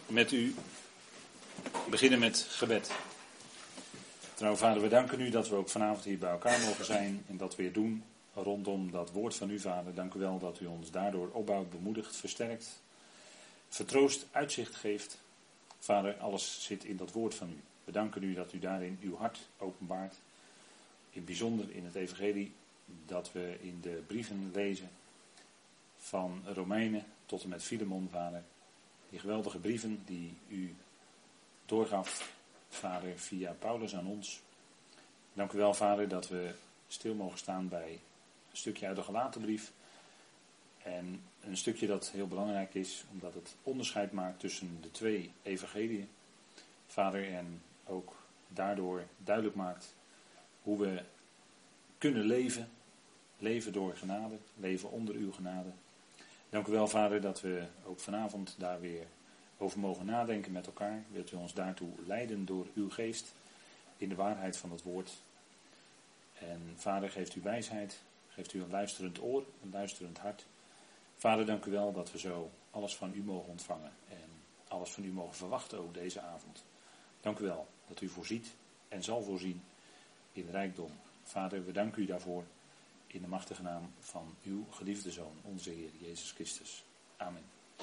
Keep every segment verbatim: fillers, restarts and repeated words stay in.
met u beginnen met gebed. Trouw Vader, we danken u dat we ook vanavond hier bij elkaar mogen zijn en dat weer doen rondom dat woord van u, Vader. Dank u wel dat u ons daardoor opbouwt, bemoedigt, versterkt, vertroost, uitzicht geeft. Vader, alles zit in dat woord van u. We danken u dat u daarin uw hart openbaart. In bijzonder in het evangelie dat we in de brieven lezen van Romeinen tot en met Filemon, Vader. Die geweldige brieven die u doorgaf, Vader, via Paulus aan ons. Dank u wel, Vader, dat we stil mogen staan bij een stukje uit de Galatenbrief. En een stukje dat heel belangrijk is, omdat het onderscheid maakt tussen de twee evangeliën. Vader, en ook daardoor duidelijk maakt hoe we kunnen leven. Leven door genade, leven onder uw genade. Dank u wel, Vader, dat we ook vanavond daar weer over mogen nadenken met elkaar. Wilt u ons daartoe leiden door uw geest in de waarheid van het woord. En Vader, geeft u wijsheid, geeft u een luisterend oor, een luisterend hart. Vader, dank u wel dat we zo alles van u mogen ontvangen en alles van u mogen verwachten ook deze avond. Dank u wel dat u voorziet en zal voorzien in rijkdom. Vader, we danken u daarvoor in de machtige naam van uw geliefde Zoon, onze Heer Jezus Christus. Amen.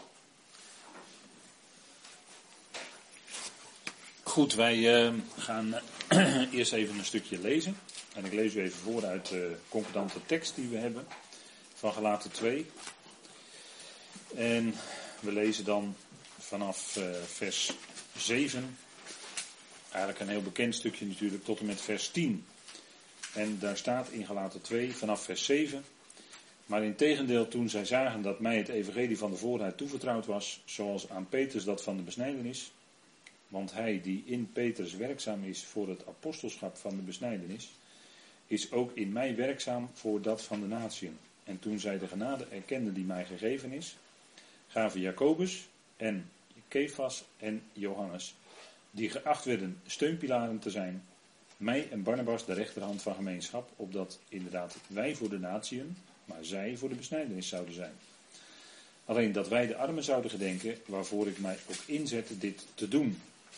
Goed, wij uh, gaan uh, eerst even een stukje lezen. En ik lees u even voor uit de concordante tekst die we hebben van Galaten twee. En we lezen dan vanaf uh, vers zeven. Eigenlijk een heel bekend stukje natuurlijk, tot en met vers tien. En daar staat in Galaten twee vanaf vers zeven. Maar in tegendeel, toen zij zagen dat mij het evangelie van de voorheid toevertrouwd was, zoals aan Petrus dat van de besnijdenis, want hij die in Petrus werkzaam is voor het apostelschap van de besnijdenis, is ook in mij werkzaam voor dat van de natieën. En toen zij de genade erkenden die mij gegeven is, gaven Jacobus en Kefas en Johannes, die geacht werden steunpilaren te zijn, mij en Barnabas de rechterhand van gemeenschap, opdat inderdaad wij voor de natieën, maar zij voor de besnijdenis zouden zijn. Alleen dat wij de armen zouden gedenken, waarvoor ik mij ook inzette dit te doen.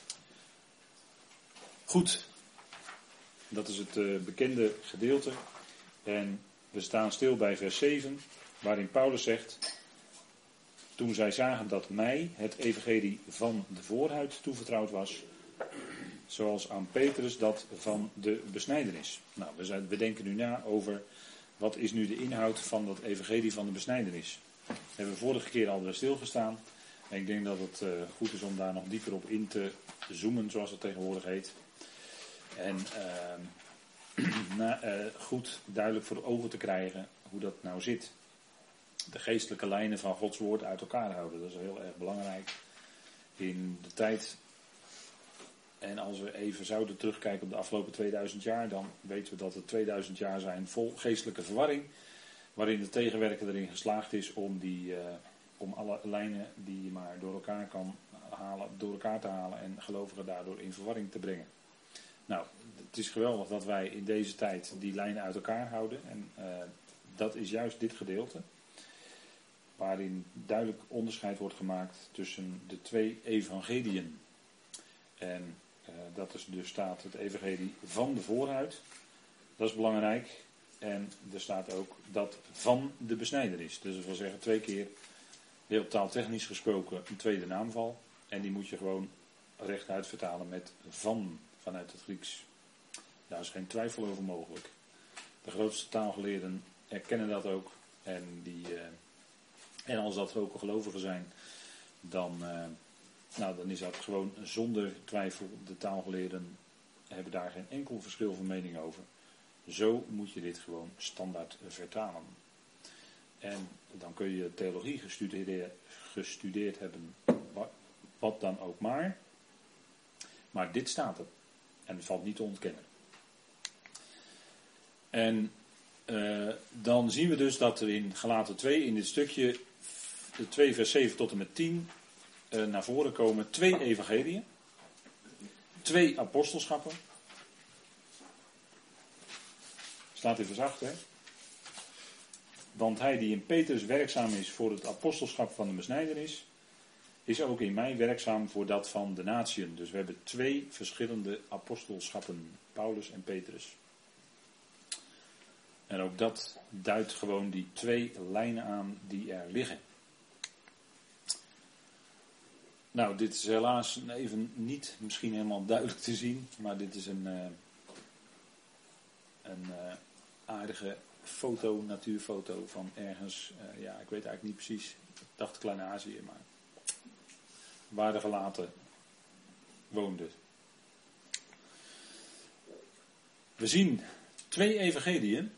Goed, dat is het uh, bekende gedeelte. En we staan stil bij vers zeven, waarin Paulus zegt, toen zij zagen dat mij het evangelie van de voorhuid toevertrouwd was, zoals aan Petrus dat van de besnijdenis. Nou, we, zijn, we denken nu na over wat is nu de inhoud van dat evangelie van de besnijdenis. We hebben vorige keer al bij stilgestaan. En ik denk dat het uh, goed is om daar nog dieper op in te zoomen, zoals het tegenwoordig heet. En uh, na, uh, goed duidelijk voor ogen te krijgen hoe dat nou zit. De geestelijke lijnen van Gods woord uit elkaar houden. Dat is heel erg belangrijk in de tijd. En als we even zouden terugkijken op de afgelopen tweeduizend jaar, dan weten we dat het tweeduizend jaar zijn vol geestelijke verwarring, waarin de tegenwerker erin geslaagd is om, die, uh, om alle lijnen die je maar door elkaar kan halen, door elkaar te halen en gelovigen daardoor in verwarring te brengen. Nou, het is geweldig dat wij in deze tijd die lijnen uit elkaar houden en uh, dat is juist dit gedeelte, waarin duidelijk onderscheid wordt gemaakt tussen de twee evangeliën. En uh, dat is dus staat het evangelie van de voorhuid. Dat is belangrijk. En er staat ook dat van de besnijdenis. Dus dat wil zeggen twee keer, heel taaltechnisch gesproken, een tweede naamval. En die moet je gewoon rechtuit vertalen met van, vanuit het Grieks. Daar is geen twijfel over mogelijk. De grootste taalgeleerden erkennen dat ook. En, die, uh, en als dat ook gelovigen zijn, dan... Uh, Nou, dan is dat gewoon zonder twijfel. De taalgeleerden hebben daar geen enkel verschil van mening over. Zo moet je dit gewoon standaard vertalen. En dan kun je theologie gestudeerd, gestudeerd hebben, wat, wat dan ook maar. Maar dit staat er. En het valt niet te ontkennen. En uh, dan zien we dus dat er in Galaten twee, in dit stukje, de twee vers zeven tot en met tien... naar voren komen twee evangeliën, twee apostelschappen. Staat in vers acht, hè? Want hij die in Petrus werkzaam is voor het apostelschap van de besnijdenis, is ook in mij werkzaam voor dat van de natieën. Dus we hebben twee verschillende apostelschappen, Paulus en Petrus. En ook dat duidt gewoon die twee lijnen aan die er liggen. Nou, dit is helaas even niet misschien helemaal duidelijk te zien, maar dit is een, uh, een uh, aardige foto, natuurfoto van ergens, uh, ja, ik weet eigenlijk niet precies, ik dacht Klein-Azië, maar waar de gelaten woonden. We zien twee evangeliën.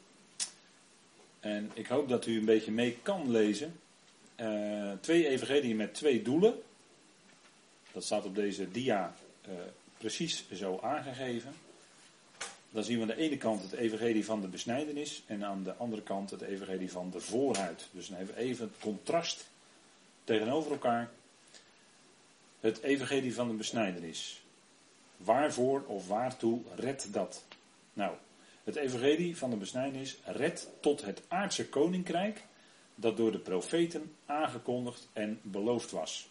En ik hoop dat u een beetje mee kan lezen. Uh, twee evangeliën met twee doelen. Dat staat op deze dia uh, precies zo aangegeven. Dan zien we aan de ene kant het evangelie van de besnijdenis. En aan de andere kant het evangelie van de voorhuid. Dus dan hebben we even het contrast tegenover elkaar. Het evangelie van de besnijdenis. Waarvoor of waartoe redt dat? Nou, het evangelie van de besnijdenis redt tot het aardse koninkrijk dat door de profeten aangekondigd en beloofd was.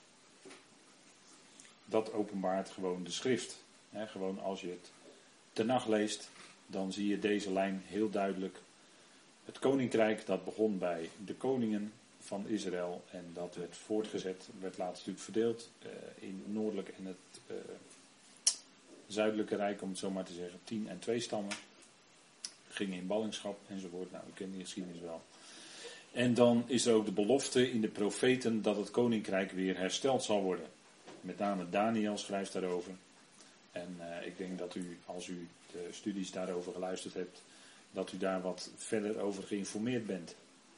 Dat openbaart gewoon de schrift. He, gewoon als je het te nacht leest, dan zie je deze lijn heel duidelijk. Het koninkrijk dat begon bij de koningen van Israël en dat werd voortgezet, werd later natuurlijk verdeeld uh, in het noordelijke en het uh, zuidelijke rijk, om het zo maar te zeggen, tien en twee stammen. Gingen in ballingschap enzovoort, nou, we kennen die geschiedenis wel. En dan is er ook de belofte in de profeten dat het koninkrijk weer hersteld zal worden. Met name Daniel schrijft daarover. En uh, ik denk dat u, als u de studies daarover geluisterd hebt, dat u daar wat verder over geïnformeerd bent.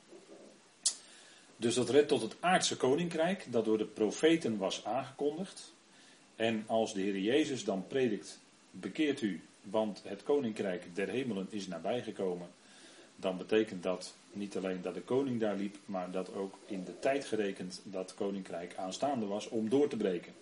Dus dat redt tot het aardse koninkrijk dat door de profeten was aangekondigd. En als de Heer Jezus dan predikt, bekeert u, want het koninkrijk der hemelen is nabijgekomen. Dan betekent dat niet alleen dat de koning daar liep, maar dat ook in de tijd gerekend dat koninkrijk aanstaande was om door te breken.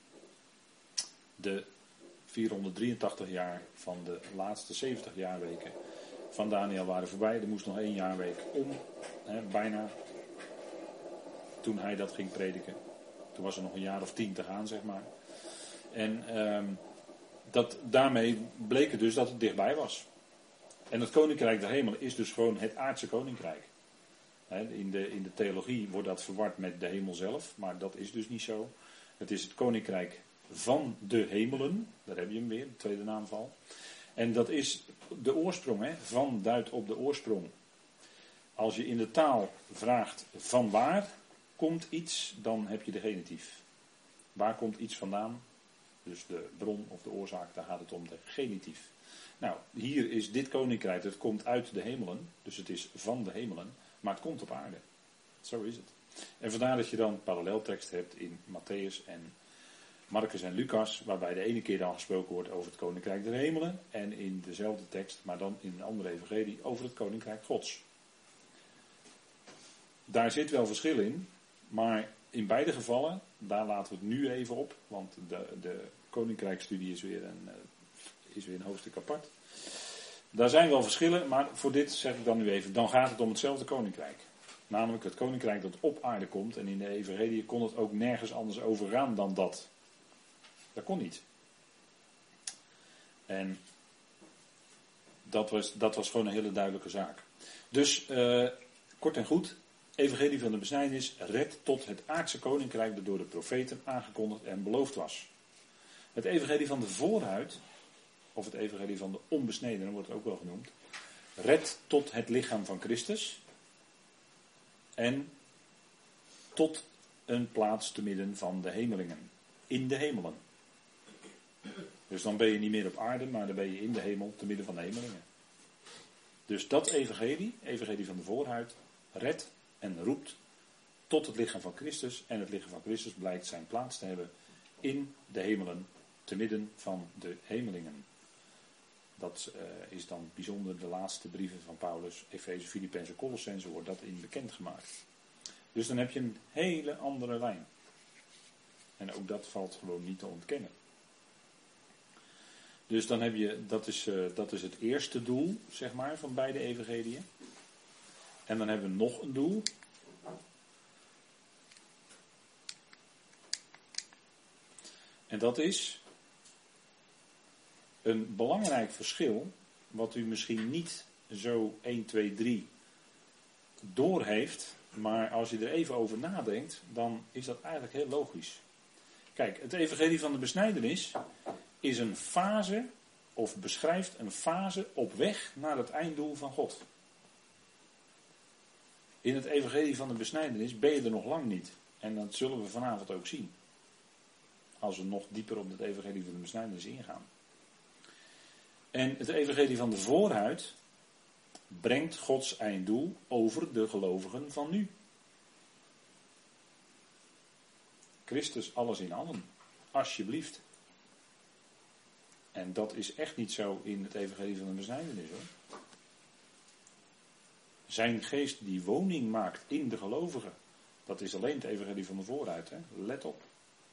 De vierhonderddrieëntachtig jaar van de laatste zeventig jaarweken van Daniel waren voorbij. Er moest nog één jaarweek om, hè, bijna, toen hij dat ging prediken. Toen was er nog een jaar of tien te gaan, zeg maar. En uh, dat, daarmee bleek het dus dat het dichtbij was. En het koninkrijk der hemelen is dus gewoon het aardse koninkrijk. He, in, de, in de theologie wordt dat verward met de hemel zelf, maar dat is dus niet zo. Het is het koninkrijk van de hemelen, daar heb je hem weer, de tweede naamval. En dat is de oorsprong, he, van duidt op de oorsprong. Als je in de taal vraagt van waar komt iets, dan heb je de genitief. Waar komt iets vandaan? Dus de bron of de oorzaak, daar gaat het om de genitief. Nou, hier is dit koninkrijk, het komt uit de hemelen, dus het is van de hemelen, maar het komt op aarde. Zo is het. En vandaar dat je dan paralleltekst hebt in Matthäus en Marcus en Lucas, waarbij de ene keer dan gesproken wordt over het koninkrijk der hemelen, en in dezelfde tekst, maar dan in een andere evangelie, over het koninkrijk Gods. Daar zit wel verschil in, maar in beide gevallen, daar laten we het nu even op, want de, de koninkrijkstudie is weer een... is weer een hoofdstuk apart. Daar zijn wel verschillen, maar voor dit zeg ik dan nu even, dan gaat het om hetzelfde koninkrijk. Namelijk het koninkrijk dat op aarde komt, en in de evangelie kon het ook nergens anders overgaan dan dat. Dat kon niet. En dat was, dat was gewoon een hele duidelijke zaak. Dus, uh, kort en goed, evangelie van de besnijdenis redt tot het aardse koninkrijk dat door de profeten aangekondigd en beloofd was. Het evangelie van de voorhuid, of het evangelie van de onbesnedenen wordt het ook wel genoemd, redt tot het lichaam van Christus en tot een plaats te midden van de hemelingen, in de hemelen. Dus dan ben je niet meer op aarde, maar dan ben je in de hemel te midden van de hemelingen. Dus dat evangelie, evangelie van de voorhuid, redt en roept tot het lichaam van Christus, en het lichaam van Christus blijkt zijn plaats te hebben in de hemelen, te midden van de hemelingen. Dat uh, is dan bijzonder de laatste brieven van Paulus, Efeze, Filippenzen, Colossenzen, wordt dat in bekendgemaakt. Dus dan heb je een hele andere lijn. En ook dat valt gewoon niet te ontkennen. Dus dan heb je, dat is, uh, dat is het eerste doel, zeg maar, van beide evangeliën. En dan hebben we nog een doel. En dat is een belangrijk verschil, wat u misschien niet zo één, twee, drie doorheeft, maar als je er even over nadenkt, dan is dat eigenlijk heel logisch. Kijk, het evangelie van de besnijdenis is een fase, of beschrijft een fase op weg naar het einddoel van God. In het evangelie van de besnijdenis ben je er nog lang niet. En dat zullen we vanavond ook zien. Als we nog dieper op het evangelie van de besnijdenis ingaan. En het evangelie van de voorhuid brengt Gods einddoel over de gelovigen van nu. Christus alles in allen. Alsjeblieft. En dat is echt niet zo in het evangelie van de besnijdenis, hoor. Zijn geest die woning maakt in de gelovigen. Dat is alleen het evangelie van de vooruit, hè. Let op.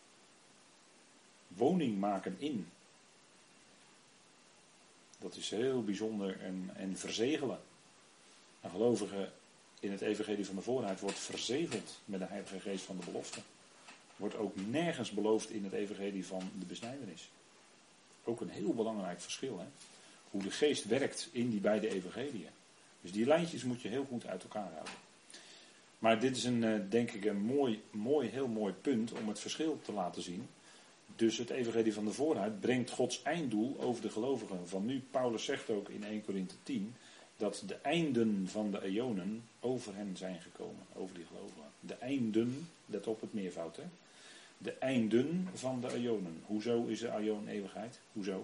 Woning maken in. Dat is heel bijzonder en, en verzegelen. Een gelovige in het evangelie van de vooruit wordt verzegeld met de Heilige Geest van de belofte. Wordt ook nergens beloofd in het evangelie van de besnijdenis. Ook een heel belangrijk verschil, hè. Hoe de geest werkt in die beide evangeliën. Dus die lijntjes moet je heel goed uit elkaar houden. Maar dit is een, denk ik, een mooi, mooi, heel mooi punt om het verschil te laten zien. Dus het evangelie van de vooruit brengt Gods einddoel over de gelovigen van nu. Paulus zegt ook in eerste Korinthe tien dat de einden van de eonen over hen zijn gekomen. Over die gelovigen. De einden, let op het meervoud, hè. De einden van de eonen. Hoezo is de eon eeuwigheid? Hoezo?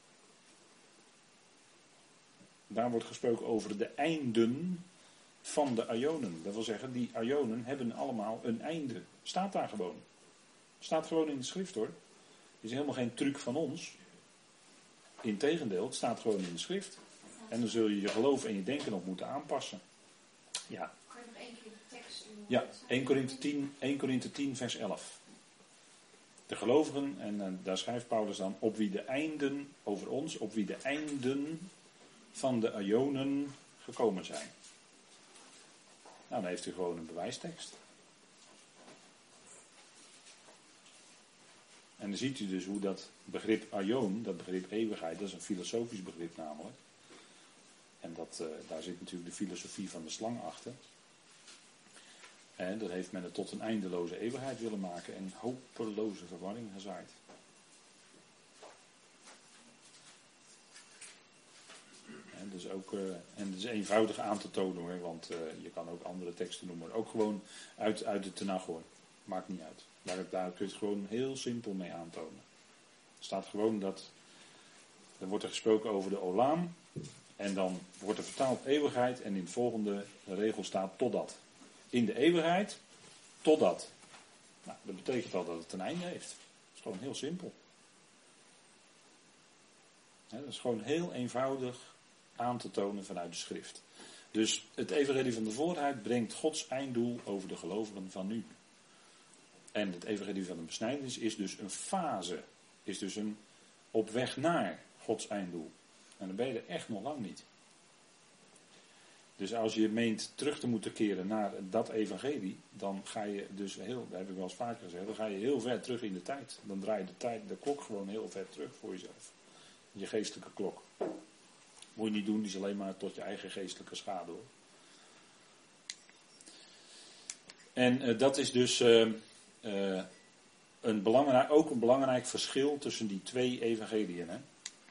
Daar wordt gesproken over de einden van de eonen. Dat wil zeggen, die eonen hebben allemaal een einde. Staat daar gewoon. Staat gewoon in de schrift, hoor. Het is helemaal geen truc van ons. Integendeel, het staat gewoon in de schrift. En dan zul je je geloof en je denken nog moeten aanpassen. Ja. Kan je nog één keer de tekst doen? Ja, eerste Korinthe tien vers elf. De gelovigen, en uh, daar schrijft Paulus dan, op wie de einden, over ons, op wie de einden van de eonen gekomen zijn. Nou, dan heeft u gewoon een bewijstekst. En dan ziet u dus hoe dat begrip aion, dat begrip eeuwigheid, dat is een filosofisch begrip namelijk. En dat, uh, daar zit natuurlijk de filosofie van de slang achter. En dat heeft men het tot een eindeloze eeuwigheid willen maken en hopeloze verwarring gezaaid. En dat is ook, uh, en dat is eenvoudig aan te tonen, hoor, want uh, je kan ook andere teksten noemen. Ook gewoon uit, uit de Tenach, hoor. Maakt niet uit. Daar, daar kun je het gewoon heel simpel mee aantonen. Er staat gewoon dat, er wordt er gesproken over de Olaam. En dan wordt er vertaald eeuwigheid en in de volgende regel staat totdat. In de eeuwigheid, totdat. Nou, dat betekent al dat het een einde heeft. Dat is gewoon heel simpel. He, dat is gewoon heel eenvoudig aan te tonen vanuit de schrift. Dus het evangelie van de vooruit brengt Gods einddoel over de gelovigen van nu. En het evangelie van de besnijdenis is dus een fase. Is dus een op weg naar Gods einddoel. En dan ben je er echt nog lang niet. Dus als je meent terug te moeten keren naar dat evangelie, dan ga je dus heel, dat heb ik wel eens vaker gezegd, dan ga je heel ver terug in de tijd. Dan draai je de tijd, de klok gewoon heel ver terug voor jezelf. Je geestelijke klok. Moet je niet doen, die is alleen maar tot je eigen geestelijke schade, hoor. En uh, dat is dus uh, uh, een belangrijk, ook een belangrijk verschil tussen die twee evangeliën, hè.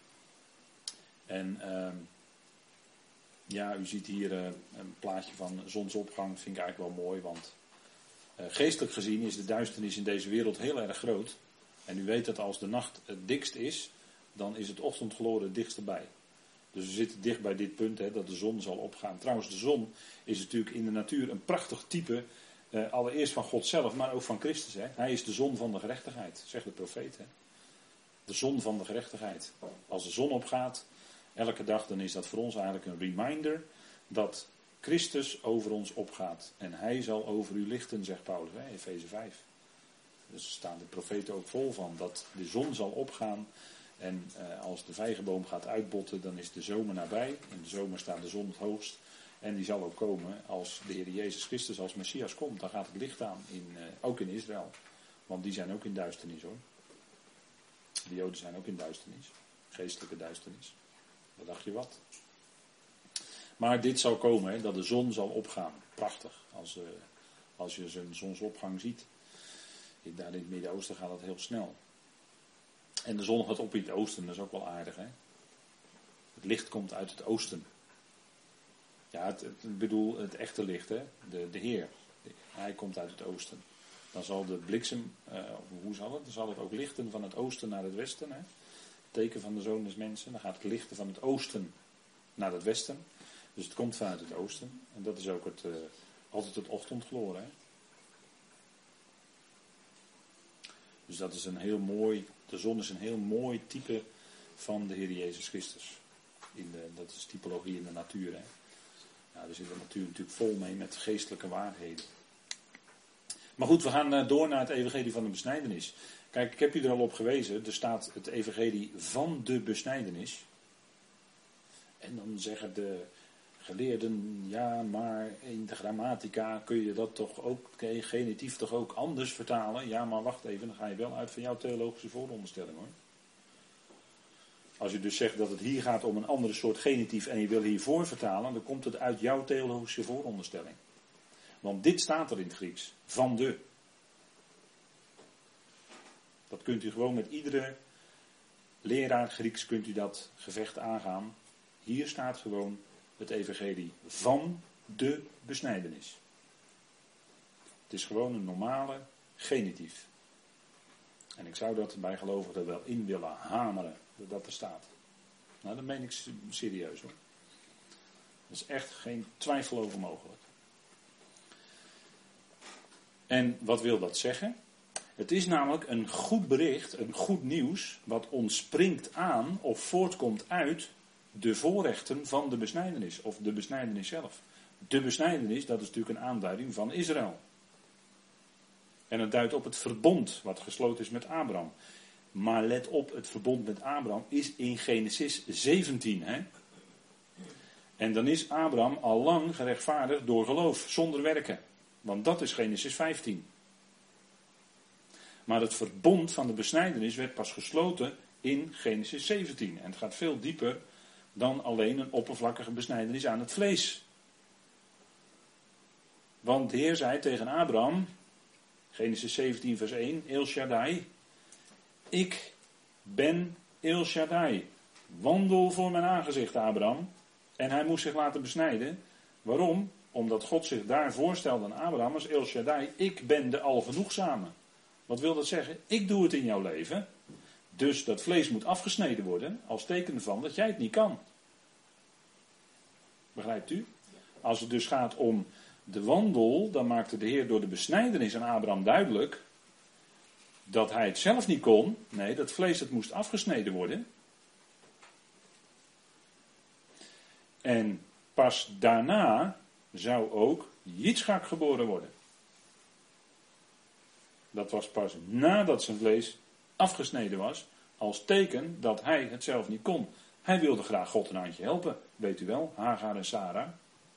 En uh, ja, u ziet hier uh, een plaatje van zonsopgang, vind ik eigenlijk wel mooi, want uh, geestelijk gezien is de duisternis in deze wereld heel erg groot. En u weet dat als de nacht het dikst is, dan is het ochtendgloren het dichtst erbij. Dus we zitten dicht bij dit punt, hè, dat de zon zal opgaan. Trouwens, de zon is natuurlijk in de natuur een prachtig type, uh, allereerst van God zelf, maar ook van Christus. Hè. Hij is de zon van de gerechtigheid, zegt de profeet. Hè. De zon van de gerechtigheid. Als de zon opgaat, elke dag, dan is dat voor ons eigenlijk een reminder dat Christus over ons opgaat. En hij zal over u lichten, zegt Paulus, hè, Efeze vijf. Dus er staan de profeten ook vol van, dat de zon zal opgaan. En uh, als de vijgenboom gaat uitbotten, dan is de zomer nabij. In de zomer staat de zon het hoogst. En die zal ook komen als de Heer Jezus Christus als Messias komt. Dan gaat het licht aan, in, uh, ook in Israël. Want die zijn ook in duisternis, hoor. De Joden zijn ook in duisternis. Geestelijke duisternis. Wat dacht je wat? Maar dit zal komen, hè, dat de zon zal opgaan. Prachtig. Als, uh, als je zijn zonsopgang ziet. Daar in het Midden-Oosten gaat dat heel snel. En de zon gaat op in het oosten. Dat is ook wel aardig, hè. Het licht komt uit het oosten. Ja, het, het, ik bedoel het echte licht, hè. De, de Heer. Hij komt uit het oosten. Dan zal de bliksem, uh, hoe zal het? Dan zal het ook lichten van het oosten naar het westen. Hè? Teken van de Zoon des Mensen. Dan gaat het lichten van het oosten naar het westen. Dus het komt vanuit het oosten. En dat is ook het, uh, altijd het ochtendgloren. Hè? Dus dat is een heel mooi, de zon is een heel mooi type van de Heer Jezus Christus. In de, dat is typologie in de natuur. Hè? Nou, daar zit de natuur natuurlijk vol mee met geestelijke waarheden. Maar goed, we gaan door naar het evangelie van de besnijdenis. Kijk, ik heb u er al op gewezen. Er staat het evangelie van de besnijdenis. En dan zeggen de geleerden, ja, maar in de grammatica kun je dat toch ook, genitief toch ook anders vertalen. Ja, maar wacht even, dan ga je wel uit van jouw theologische vooronderstelling, hoor. Als je dus zegt dat het hier gaat om een andere soort genitief en je wil hiervoor vertalen, dan komt het uit jouw theologische vooronderstelling. Want dit staat er in het Grieks. Van de. Dat kunt u gewoon met iedere leraar Grieks kunt u dat gevecht aangaan. Hier staat gewoon het evangelie van de besnijdenis. Het is gewoon een normale genitief. En ik zou dat bij gelovigen er wel in willen hameren. Dat dat er staat. Nou, dat meen ik serieus, hoor. Er is echt geen twijfel over mogelijk. En wat wil dat zeggen? Het is namelijk een goed bericht, een goed nieuws, wat ontspringt aan of voortkomt uit de voorrechten van de besnijdenis, of de besnijdenis zelf. De besnijdenis, dat is natuurlijk een aanduiding van Israël. En het duidt op het verbond wat gesloten is met Abraham. Maar let op, het verbond met Abraham is in Genesis zeventien. Hè? En dan is Abraham al lang gerechtvaardigd door geloof, zonder werken. Want dat is Genesis vijftien. Maar het verbond van de besnijdenis werd pas gesloten in Genesis zeventien. En het gaat veel dieper dan alleen een oppervlakkige besnijdenis aan het vlees. Want de Heer zei tegen Abraham, Genesis zeventien vers één, El Shaddai, ik ben El Shaddai. Wandel voor mijn aangezicht, Abraham. En hij moest zich laten besnijden. Waarom? Omdat God zich daar voorstelde aan Abraham als El Shaddai. Ik ben de algenoegzame. Wat wil dat zeggen? Ik doe het in jouw leven. Dus dat vlees moet afgesneden worden. Als teken ervan dat jij het niet kan. Begrijpt u? Als het dus gaat om de wandel. Dan maakte de Heer door de besnijdenis aan Abraham duidelijk. Dat hij het zelf niet kon. Nee, dat vlees dat moest afgesneden worden. En pas daarna zou ook Jitschak geboren worden. Dat was pas nadat zijn vlees afgesneden was, als teken dat hij het zelf niet kon. Hij wilde graag God een handje helpen, weet u wel, Hagar en Sarah.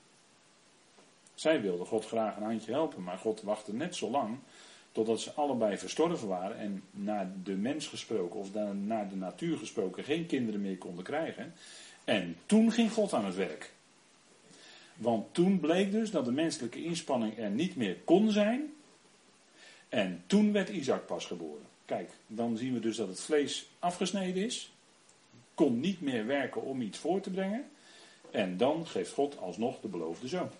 Zij wilden God graag een handje helpen, maar God wachtte net zo lang totdat ze allebei verstorven waren en naar de mens gesproken of naar de natuur gesproken geen kinderen meer konden krijgen. En toen ging God aan het werk. Want toen bleek dus dat de menselijke inspanning er niet meer kon zijn. En toen werd Isaac pas geboren. Kijk, dan zien we dus dat het vlees afgesneden is. Kon niet meer werken om iets voor te brengen. En dan geeft God alsnog de beloofde zoon.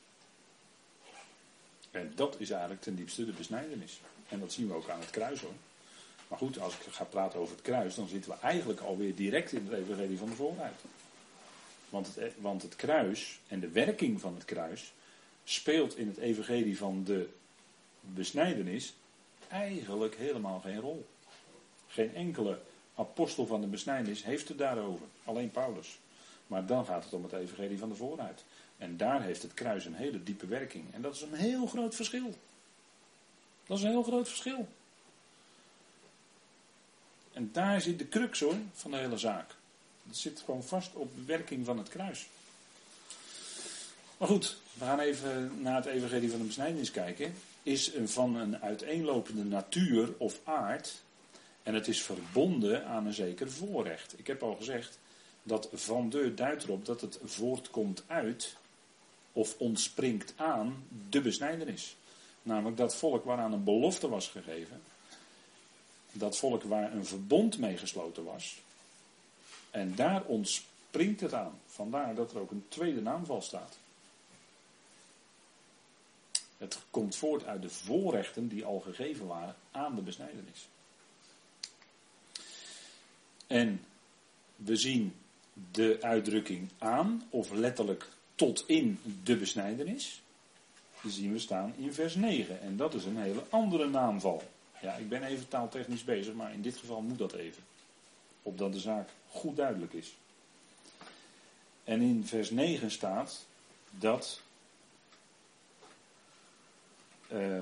En dat is eigenlijk ten diepste de besnijdenis. En dat zien we ook aan het kruis, hoor. Maar goed, als ik ga praten over het kruis, dan zitten we eigenlijk alweer direct in het evangelie van de vooruit. Want het, want het kruis en de werking van het kruis speelt in het evangelie van de besnijdenis eigenlijk helemaal geen rol. Geen enkele apostel van de besnijdenis heeft het daarover. Alleen Paulus. Maar dan gaat het om het evangelie van de vooruit. En daar heeft het kruis een hele diepe werking. En dat is een heel groot verschil. Dat is een heel groot verschil. En daar zit de crux, hoor, van de hele zaak. Dat zit gewoon vast op de werking van het kruis. Maar goed, we gaan even naar het evangelie van de besnijdenis kijken. Is een van een uiteenlopende natuur of aard. En het is verbonden aan een zeker voorrecht. Ik heb al gezegd dat van de duidt erop dat het voortkomt uit of ontspringt aan de besnijdenis. Namelijk dat volk waaraan een belofte was gegeven. Dat volk waar een verbond mee gesloten was. En daar ontspringt het aan. Vandaar dat er ook een tweede naamval staat. Het komt voort uit de voorrechten die al gegeven waren aan de besnijdenis. En we zien de uitdrukking aan, of letterlijk tot in de besnijdenis. Die zien we staan in vers negen. En dat is een hele andere naamval. Ja, ik ben even taaltechnisch bezig, maar in dit geval moet dat even. Opdat de zaak goed duidelijk is. En in vers negen staat dat Uh,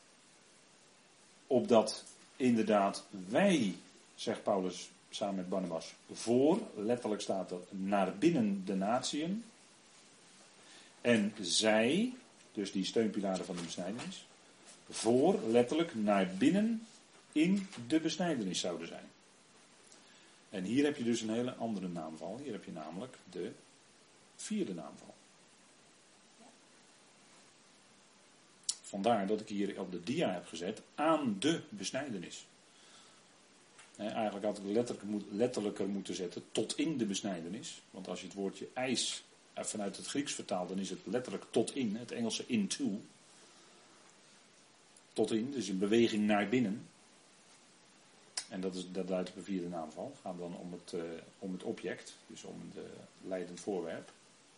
opdat inderdaad wij, zegt Paulus samen met Barnabas, voor, letterlijk staat dat, naar binnen de natieën. En zij, dus die steunpilaren van de besnijdenis, voor, letterlijk, naar binnen in de besnijdenis zouden zijn. En hier heb je dus een hele andere naamval. Hier heb je namelijk de vierde naamval. Vandaar dat ik hier op de dia heb gezet aan de besnijdenis. He, eigenlijk had ik letterlijk, letterlijker moeten zetten tot in de besnijdenis. Want als je het woordje eis vanuit het Grieks vertaalt, dan is het letterlijk tot in. Het Engelse into. Tot in, dus een beweging naar binnen. En dat, is, dat duidt op een vierde naamval. Het gaat dan om het, uh, om het object, dus om het uh, leidend voorwerp.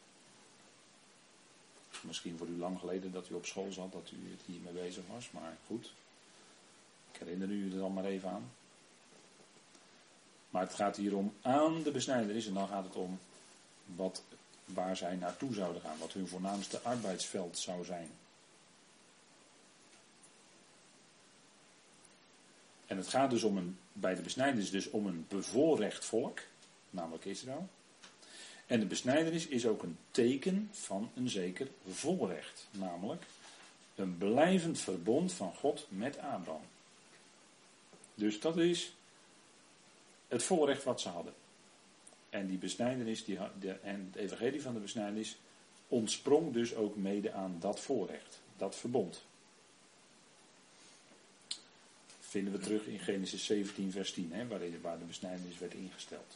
Misschien voor u lang geleden dat u op school zat, dat u het hiermee bezig was, maar goed. Ik herinner u er dan maar even aan. Maar het gaat hier om aan de besnijdenis en dan gaat het om wat, waar zij naartoe zouden gaan, wat hun voornaamste arbeidsveld zou zijn. En het gaat dus om een, bij de besnijdenis dus om een bevoorrecht volk, namelijk Israël. En de besnijdenis is ook een teken van een zeker voorrecht. Namelijk een blijvend verbond van God met Abraham. Dus dat is het voorrecht wat ze hadden. En die besnijdenis die, de, en het evangelie van de besnijdenis ontsprong dus ook mede aan dat voorrecht. Dat verbond. Vinden we terug in Genesis zeventien vers tien. Hè, waarin, waar de besnijdenis werd ingesteld.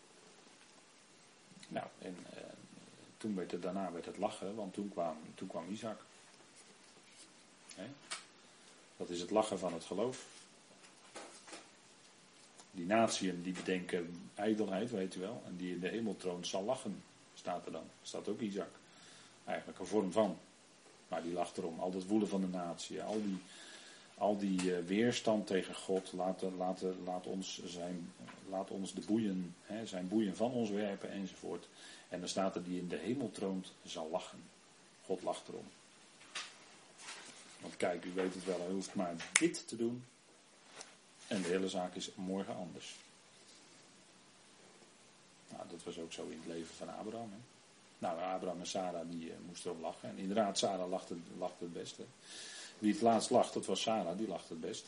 Nou, en uh, toen werd het, daarna werd het lachen, want toen kwam, toen kwam Isaac. He? Dat is het lachen van het geloof. Die natieën die bedenken ijdelheid, weet u wel, en die in de hemeltroon zal lachen, staat er dan. Staat ook Isaac. Eigenlijk een vorm van. Maar die lacht erom, al dat woelen van de natie, al die, al die uh, weerstand tegen God, laat, laat, laat, ons, zijn, laat ons de boeien, hè, zijn boeien van ons werpen enzovoort. En dan staat er die in de hemel troont zal lachen. God lacht erom. Want kijk, u weet het wel, hij hoeft maar dit te doen. En de hele zaak is morgen anders. Nou, dat was ook zo in het leven van Abraham. Hè. Nou, Abraham en Sarah die uh, moesten erop lachen. En inderdaad, Sarah lachte, lachte het best. Hè. Wie het laatst lacht, dat was Sarah, die lachte het best.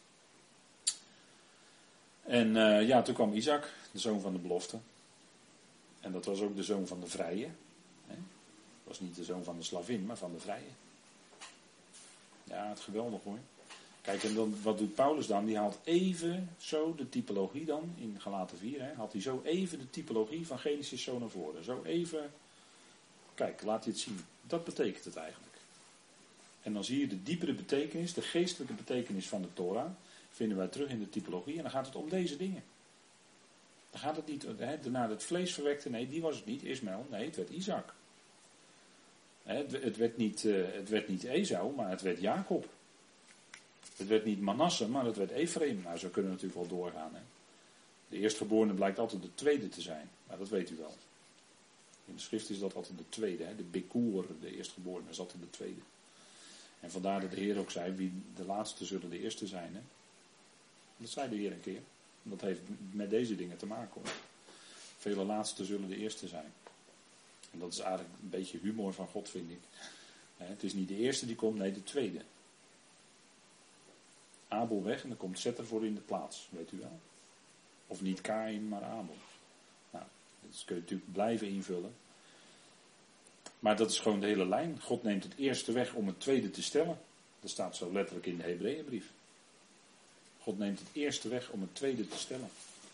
En uh, ja, toen kwam Isaac, de zoon van de belofte. En dat was ook de zoon van de vrije. Hè. Dat was niet de zoon van de slavin, maar van de vrije. Ja, het geweldig hoor. Kijk, en dan, wat doet Paulus dan? Die haalt even zo de typologie dan, in Galaten vier, hè, haalt hij zo even de typologie van Genesis zo naar voren. Zo even, kijk, laat hij het zien. Dat betekent het eigenlijk. En dan zie je de diepere betekenis, de geestelijke betekenis van de Torah, vinden wij terug in de typologie. En dan gaat het om deze dingen. Dan gaat het niet, hè, daarna het vlees verwekte, nee, die was het niet, Ismaël, nee, het werd Isaac. Hè, het, het, werd niet, uh, het werd niet Esau, maar het werd Jacob. Het werd niet Manasse, maar het werd Ephraim. Nou, zo kunnen we natuurlijk wel doorgaan. Hè. De eerstgeborene blijkt altijd de tweede te zijn. Maar dat weet u wel. In de schrift is dat altijd de tweede. Hè. De Bekoer, de eerstgeborene, is altijd de tweede. En vandaar dat de Heer ook zei, wie de laatste zullen de eerste zijn. Hè. Dat zei de Heer een keer. Dat heeft met deze dingen te maken hoor. Vele laatste zullen de eerste zijn. En dat is eigenlijk een beetje humor van God, vind ik. Het is niet de eerste die komt, nee, de tweede. Abel weg en dan komt Zet ervoor in de plaats, weet u wel. Of niet Kaïn, maar Abel. Nou, dat kun je natuurlijk blijven invullen. Maar dat is gewoon de hele lijn. God neemt het eerste weg om het tweede te stellen. Dat staat zo letterlijk in de Hebreeënbrief. God neemt het eerste weg om het tweede te stellen.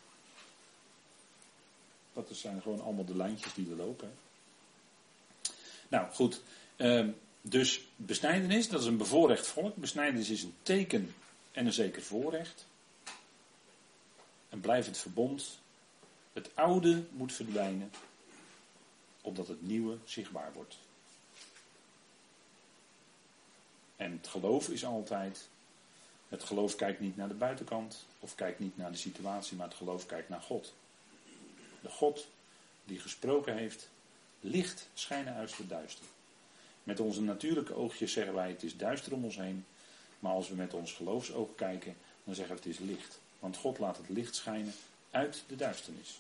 Dat zijn gewoon allemaal de lijntjes die er lopen. Hè. Nou goed, uh, dus besnijdenis, dat is een bevoorrecht volk. Besnijdenis is een teken en een zeker voorrecht. Een blijvend verbond. Het oude moet verdwijnen, opdat het nieuwe zichtbaar wordt. En het geloof is altijd, het geloof kijkt niet naar de buitenkant, of kijkt niet naar de situatie, maar het geloof kijkt naar God. De God die gesproken heeft, licht schijnen uit het duister. Met onze natuurlijke oogjes zeggen wij het is duister om ons heen, maar als we met ons geloofsoog kijken, dan zeggen we het is licht. Want God laat het licht schijnen uit de duisternis.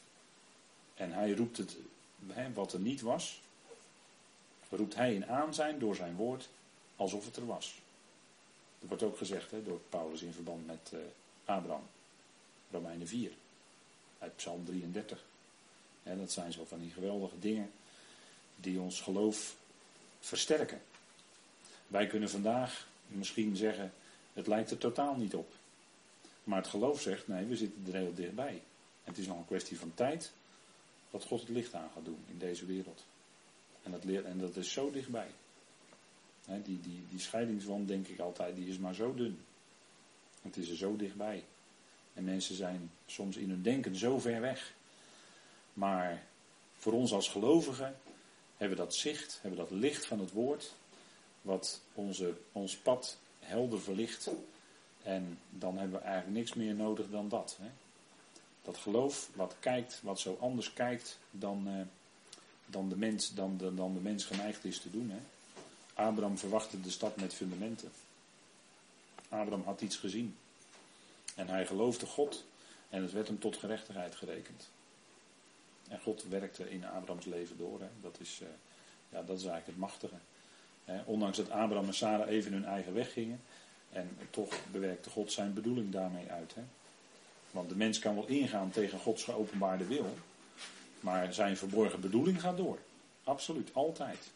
En hij roept het, hè, wat er niet was, roept hij in aanzijn door zijn woord, alsof het er was. Dat wordt ook gezegd hè, door Paulus in verband met uh, Abraham. Romeinen vier. Uit Psalm drieëndertig. En dat zijn zo van die geweldige dingen die ons geloof versterken. Wij kunnen vandaag misschien zeggen, het lijkt er totaal niet op. Maar het geloof zegt, nee, we zitten er heel dichtbij. En het is nog een kwestie van tijd dat God het licht aan gaat doen in deze wereld. En dat, leert, en dat is zo dichtbij. He, die, die, die scheidingswand, denk ik altijd, die is maar zo dun. Het is er zo dichtbij. En mensen zijn soms in hun denken zo ver weg. Maar voor ons als gelovigen hebben we dat zicht, hebben we dat licht van het woord, wat onze, ons pad helder verlicht. En dan hebben we eigenlijk niks meer nodig dan dat. Hè? Dat geloof wat kijkt, wat zo anders kijkt dan, uh, dan, de mens, dan, de, dan de mens geneigd is te doen. Hè? Abraham verwachtte de stad met fundamenten. Abraham had iets gezien. En hij geloofde God en het werd hem tot gerechtigheid gerekend. En God werkte in Abrahams leven door. Hè? Dat, is, uh, ja, dat is eigenlijk het machtige. Hè? Ondanks dat Abraham en Sarah even hun eigen weg gingen. En toch bewerkte God zijn bedoeling daarmee uit. Hè? Want de mens kan wel ingaan tegen Gods geopenbaarde wil. Maar zijn verborgen bedoeling gaat door. Absoluut, altijd.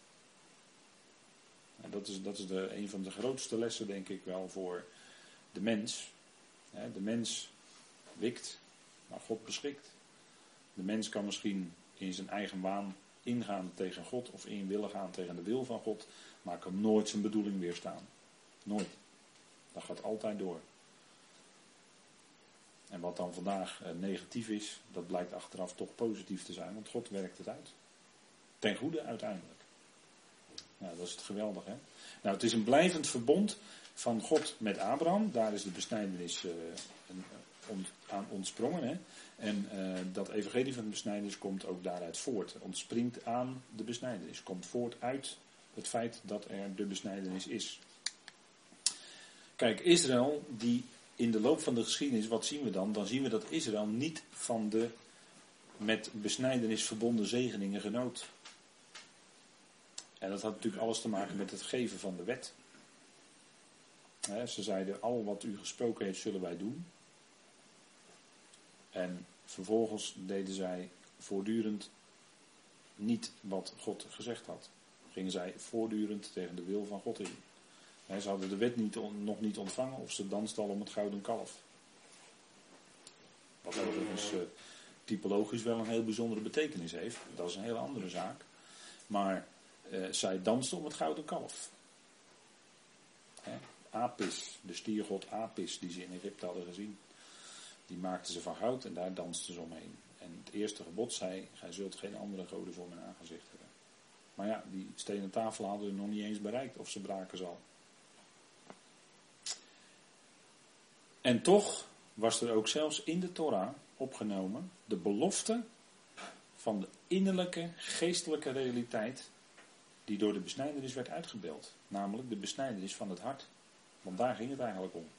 En dat is, dat is de, een van de grootste lessen, denk ik wel, voor de mens. Hè? De mens wikt, maar God beschikt. De mens kan misschien in zijn eigen waan ingaan tegen God of in willen gaan tegen de wil van God, maar kan nooit zijn bedoeling weerstaan. Nooit. Dat gaat altijd door. En wat dan vandaag eh, negatief is, dat blijkt achteraf toch positief te zijn, want God werkt het uit. Ten goede uiteindelijk. Nou, dat is het geweldige. Hè? Nou, het is een blijvend verbond van God met Abraham. Daar is de besnijdenis uh, een, on, aan ontsprongen. Hè? En uh, dat evangelie van de besnijdenis komt ook daaruit voort. Ontspringt aan de besnijdenis. Komt voort uit het feit dat er de besnijdenis is. Kijk, Israël, die in de loop van de geschiedenis, wat zien we dan? Dan zien we dat Israël niet van de met besnijdenis verbonden zegeningen genoot. En dat had natuurlijk alles te maken met het geven van de wet. He, ze zeiden, al wat u gesproken heeft, zullen wij doen. En vervolgens deden zij voortdurend niet wat God gezegd had. Gingen zij voortdurend tegen de wil van God in. He, ze hadden de wet niet, nog niet ontvangen of ze dansten al om het gouden kalf. Wat overigens uh, typologisch wel een heel bijzondere betekenis heeft. Dat is een hele andere zaak. Maar uh, zij dansten om het gouden kalf. He, Apis, de stiergod Apis, die ze in Egypte hadden gezien. Die maakten ze van goud en daar dansten ze omheen. En het eerste gebod zei, gij zult geen andere goden voor mijn aangezicht hebben. Maar ja, die stenen tafel hadden ze nog niet eens bereikt of ze braken ze al. En toch was er ook zelfs in de Torah opgenomen de belofte van de innerlijke geestelijke realiteit die door de besnijdenis werd uitgebeeld. Namelijk de besnijdenis van het hart. Want daar ging het eigenlijk om.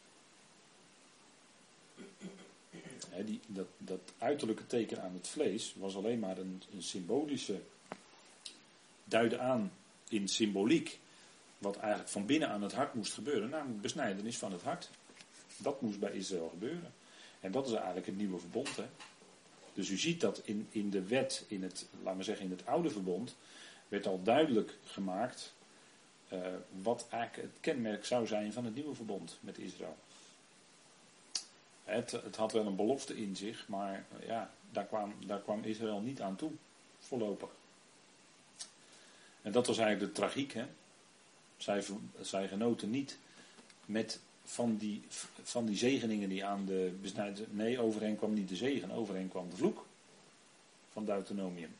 He, die, dat, dat uiterlijke teken aan het vlees was alleen maar een, een symbolische duiden aan in symboliek wat eigenlijk van binnen aan het hart moest gebeuren. Namelijk besnijdenis van het hart. Dat moest bij Israël gebeuren. En dat is eigenlijk het nieuwe verbond. Hè? Dus u ziet dat in, in de wet, in het, laten we zeggen in het oude verbond, werd al duidelijk gemaakt uh, wat eigenlijk het kenmerk zou zijn van het nieuwe verbond met Israël. Het, het had wel een belofte in zich, maar uh, ja, daar kwam, daar kwam Israël niet aan toe, voorlopig. En dat was eigenlijk de tragiek. Hè? Zij, zij genoten niet met van die, van die zegeningen die aan de besnijders. Nee, over hen kwam niet de zegen, over hen kwam de vloek van Deuteronomium.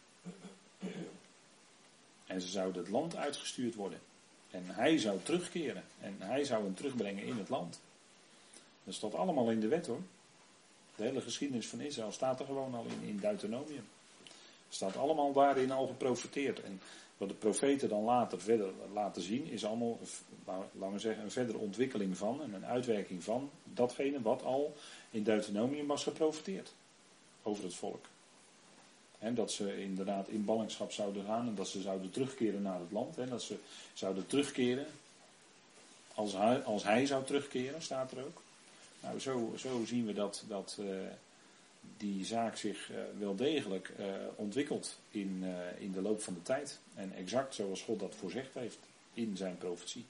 En ze zouden het land uitgestuurd worden. En hij zou terugkeren. En hij zou hen terugbrengen in het land. Dat staat allemaal in de wet hoor. De hele geschiedenis van Israël staat er gewoon al in, in Deuteronomium. Het staat allemaal daarin al geprofeteerd. En wat de profeten dan later verder laten zien, is allemaal, laten we zeggen, een verdere ontwikkeling van en een uitwerking van datgene wat al in Deuteronomium was geprofeteerd. Over het volk. En dat ze inderdaad in ballingschap zouden gaan en dat ze zouden terugkeren naar het land. En dat ze zouden terugkeren als hij, als hij zou terugkeren, staat er ook. Nou, zo, zo zien we dat, dat uh, die zaak zich uh, wel degelijk uh, ontwikkelt in, uh, in de loop van de tijd. En exact zoals God dat voorzegd heeft in zijn profetie.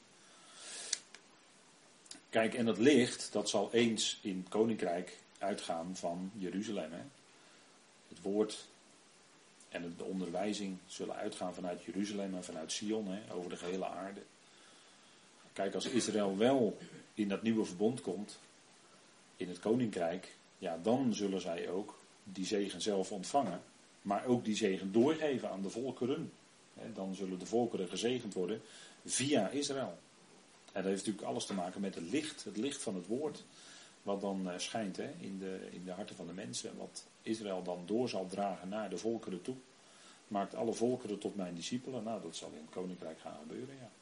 Kijk, en dat licht, dat zal eens in het koninkrijk uitgaan van Jeruzalem. Hè? Het woord en de onderwijzing zullen uitgaan vanuit Jeruzalem en vanuit Sion, hè, over de gehele aarde. Kijk, als Israël wel in dat nieuwe verbond komt, in het koninkrijk, ja, dan zullen zij ook die zegen zelf ontvangen, maar ook die zegen doorgeven aan de volkeren. Hè, dan zullen de volkeren gezegend worden via Israël. En dat heeft natuurlijk alles te maken met het licht, het licht van het woord, wat dan uh, schijnt hè, in, de, in de harten van de mensen, wat Israël dan door zal dragen naar de volkeren toe. Maakt alle volkeren tot mijn discipelen. Nou, dat zal in het koninkrijk gaan gebeuren, ja.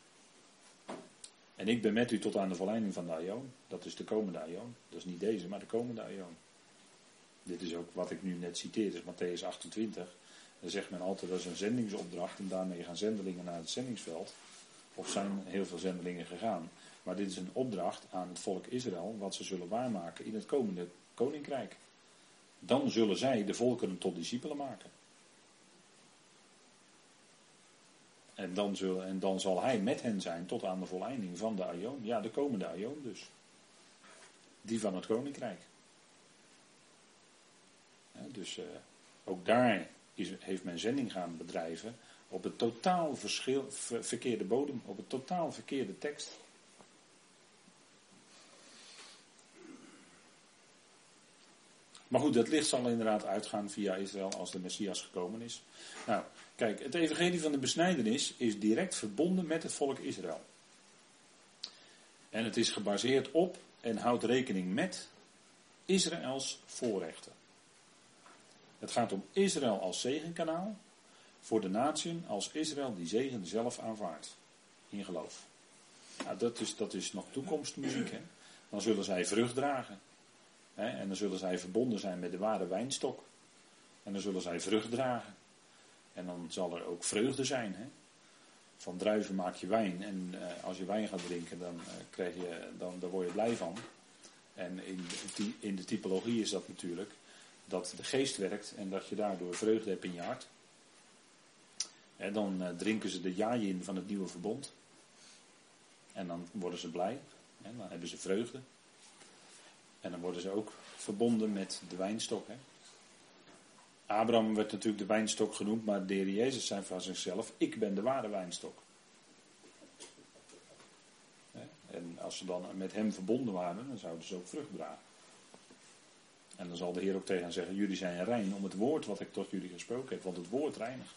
En ik ben met u tot aan de volleinding van de aion. Dat is de komende aion. Dat is niet deze, maar de komende aion. Dit is ook wat ik nu net citeer, is Matthäus achtentwintig. Dan zegt men altijd, dat is een zendingsopdracht en daarmee gaan zendelingen naar het zendingsveld. Of zijn heel veel zendelingen gegaan. Maar dit is een opdracht aan het volk Israël, wat ze zullen waarmaken in het komende koninkrijk. Dan zullen zij de volkeren tot discipelen maken. En dan, zullen, en dan zal hij met hen zijn tot aan de volleinding van de aion. Ja, de komende aion dus. Die van het koninkrijk. Ja, dus uh, ook daar is, heeft men zending gaan bedrijven op het totaal verschil, ver, verkeerde bodem, op het totaal verkeerde tekst. Maar goed, dat licht zal inderdaad uitgaan via Israël als de Messias gekomen is. Nou, kijk, het evangelie van de besnijdenis is direct verbonden met het volk Israël. En het is gebaseerd op en houdt rekening met Israëls voorrechten. Het gaat om Israël als zegenkanaal voor de natieën als Israël die zegen zelf aanvaardt. In geloof. Nou, dat is, dat is nog toekomstmuziek. Hè? Dan zullen zij vrucht dragen. Hè? En dan zullen zij verbonden zijn met de ware wijnstok. En dan zullen zij vrucht dragen. En dan zal er ook vreugde zijn. Hè? Van druiven maak je wijn. En uh, als je wijn gaat drinken, dan, uh, krijg je, dan, dan word je blij van. En in de, in de typologie is dat natuurlijk dat de geest werkt en dat je daardoor vreugde hebt in je hart. Hè, dan uh, drinken ze de jaaien van het nieuwe verbond. En dan worden ze blij. Hè, dan hebben ze vreugde. En dan worden ze ook verbonden met de wijnstok. Hè. Abraham werd natuurlijk de wijnstok genoemd, maar de Heer Jezus zei van zichzelf, ik ben de ware wijnstok. En als ze dan met hem verbonden waren, dan zouden ze ook vrucht dragen. En dan zal de Heer ook tegen hen zeggen, jullie zijn rein om het woord wat ik tot jullie gesproken heb, want het woord reinigt.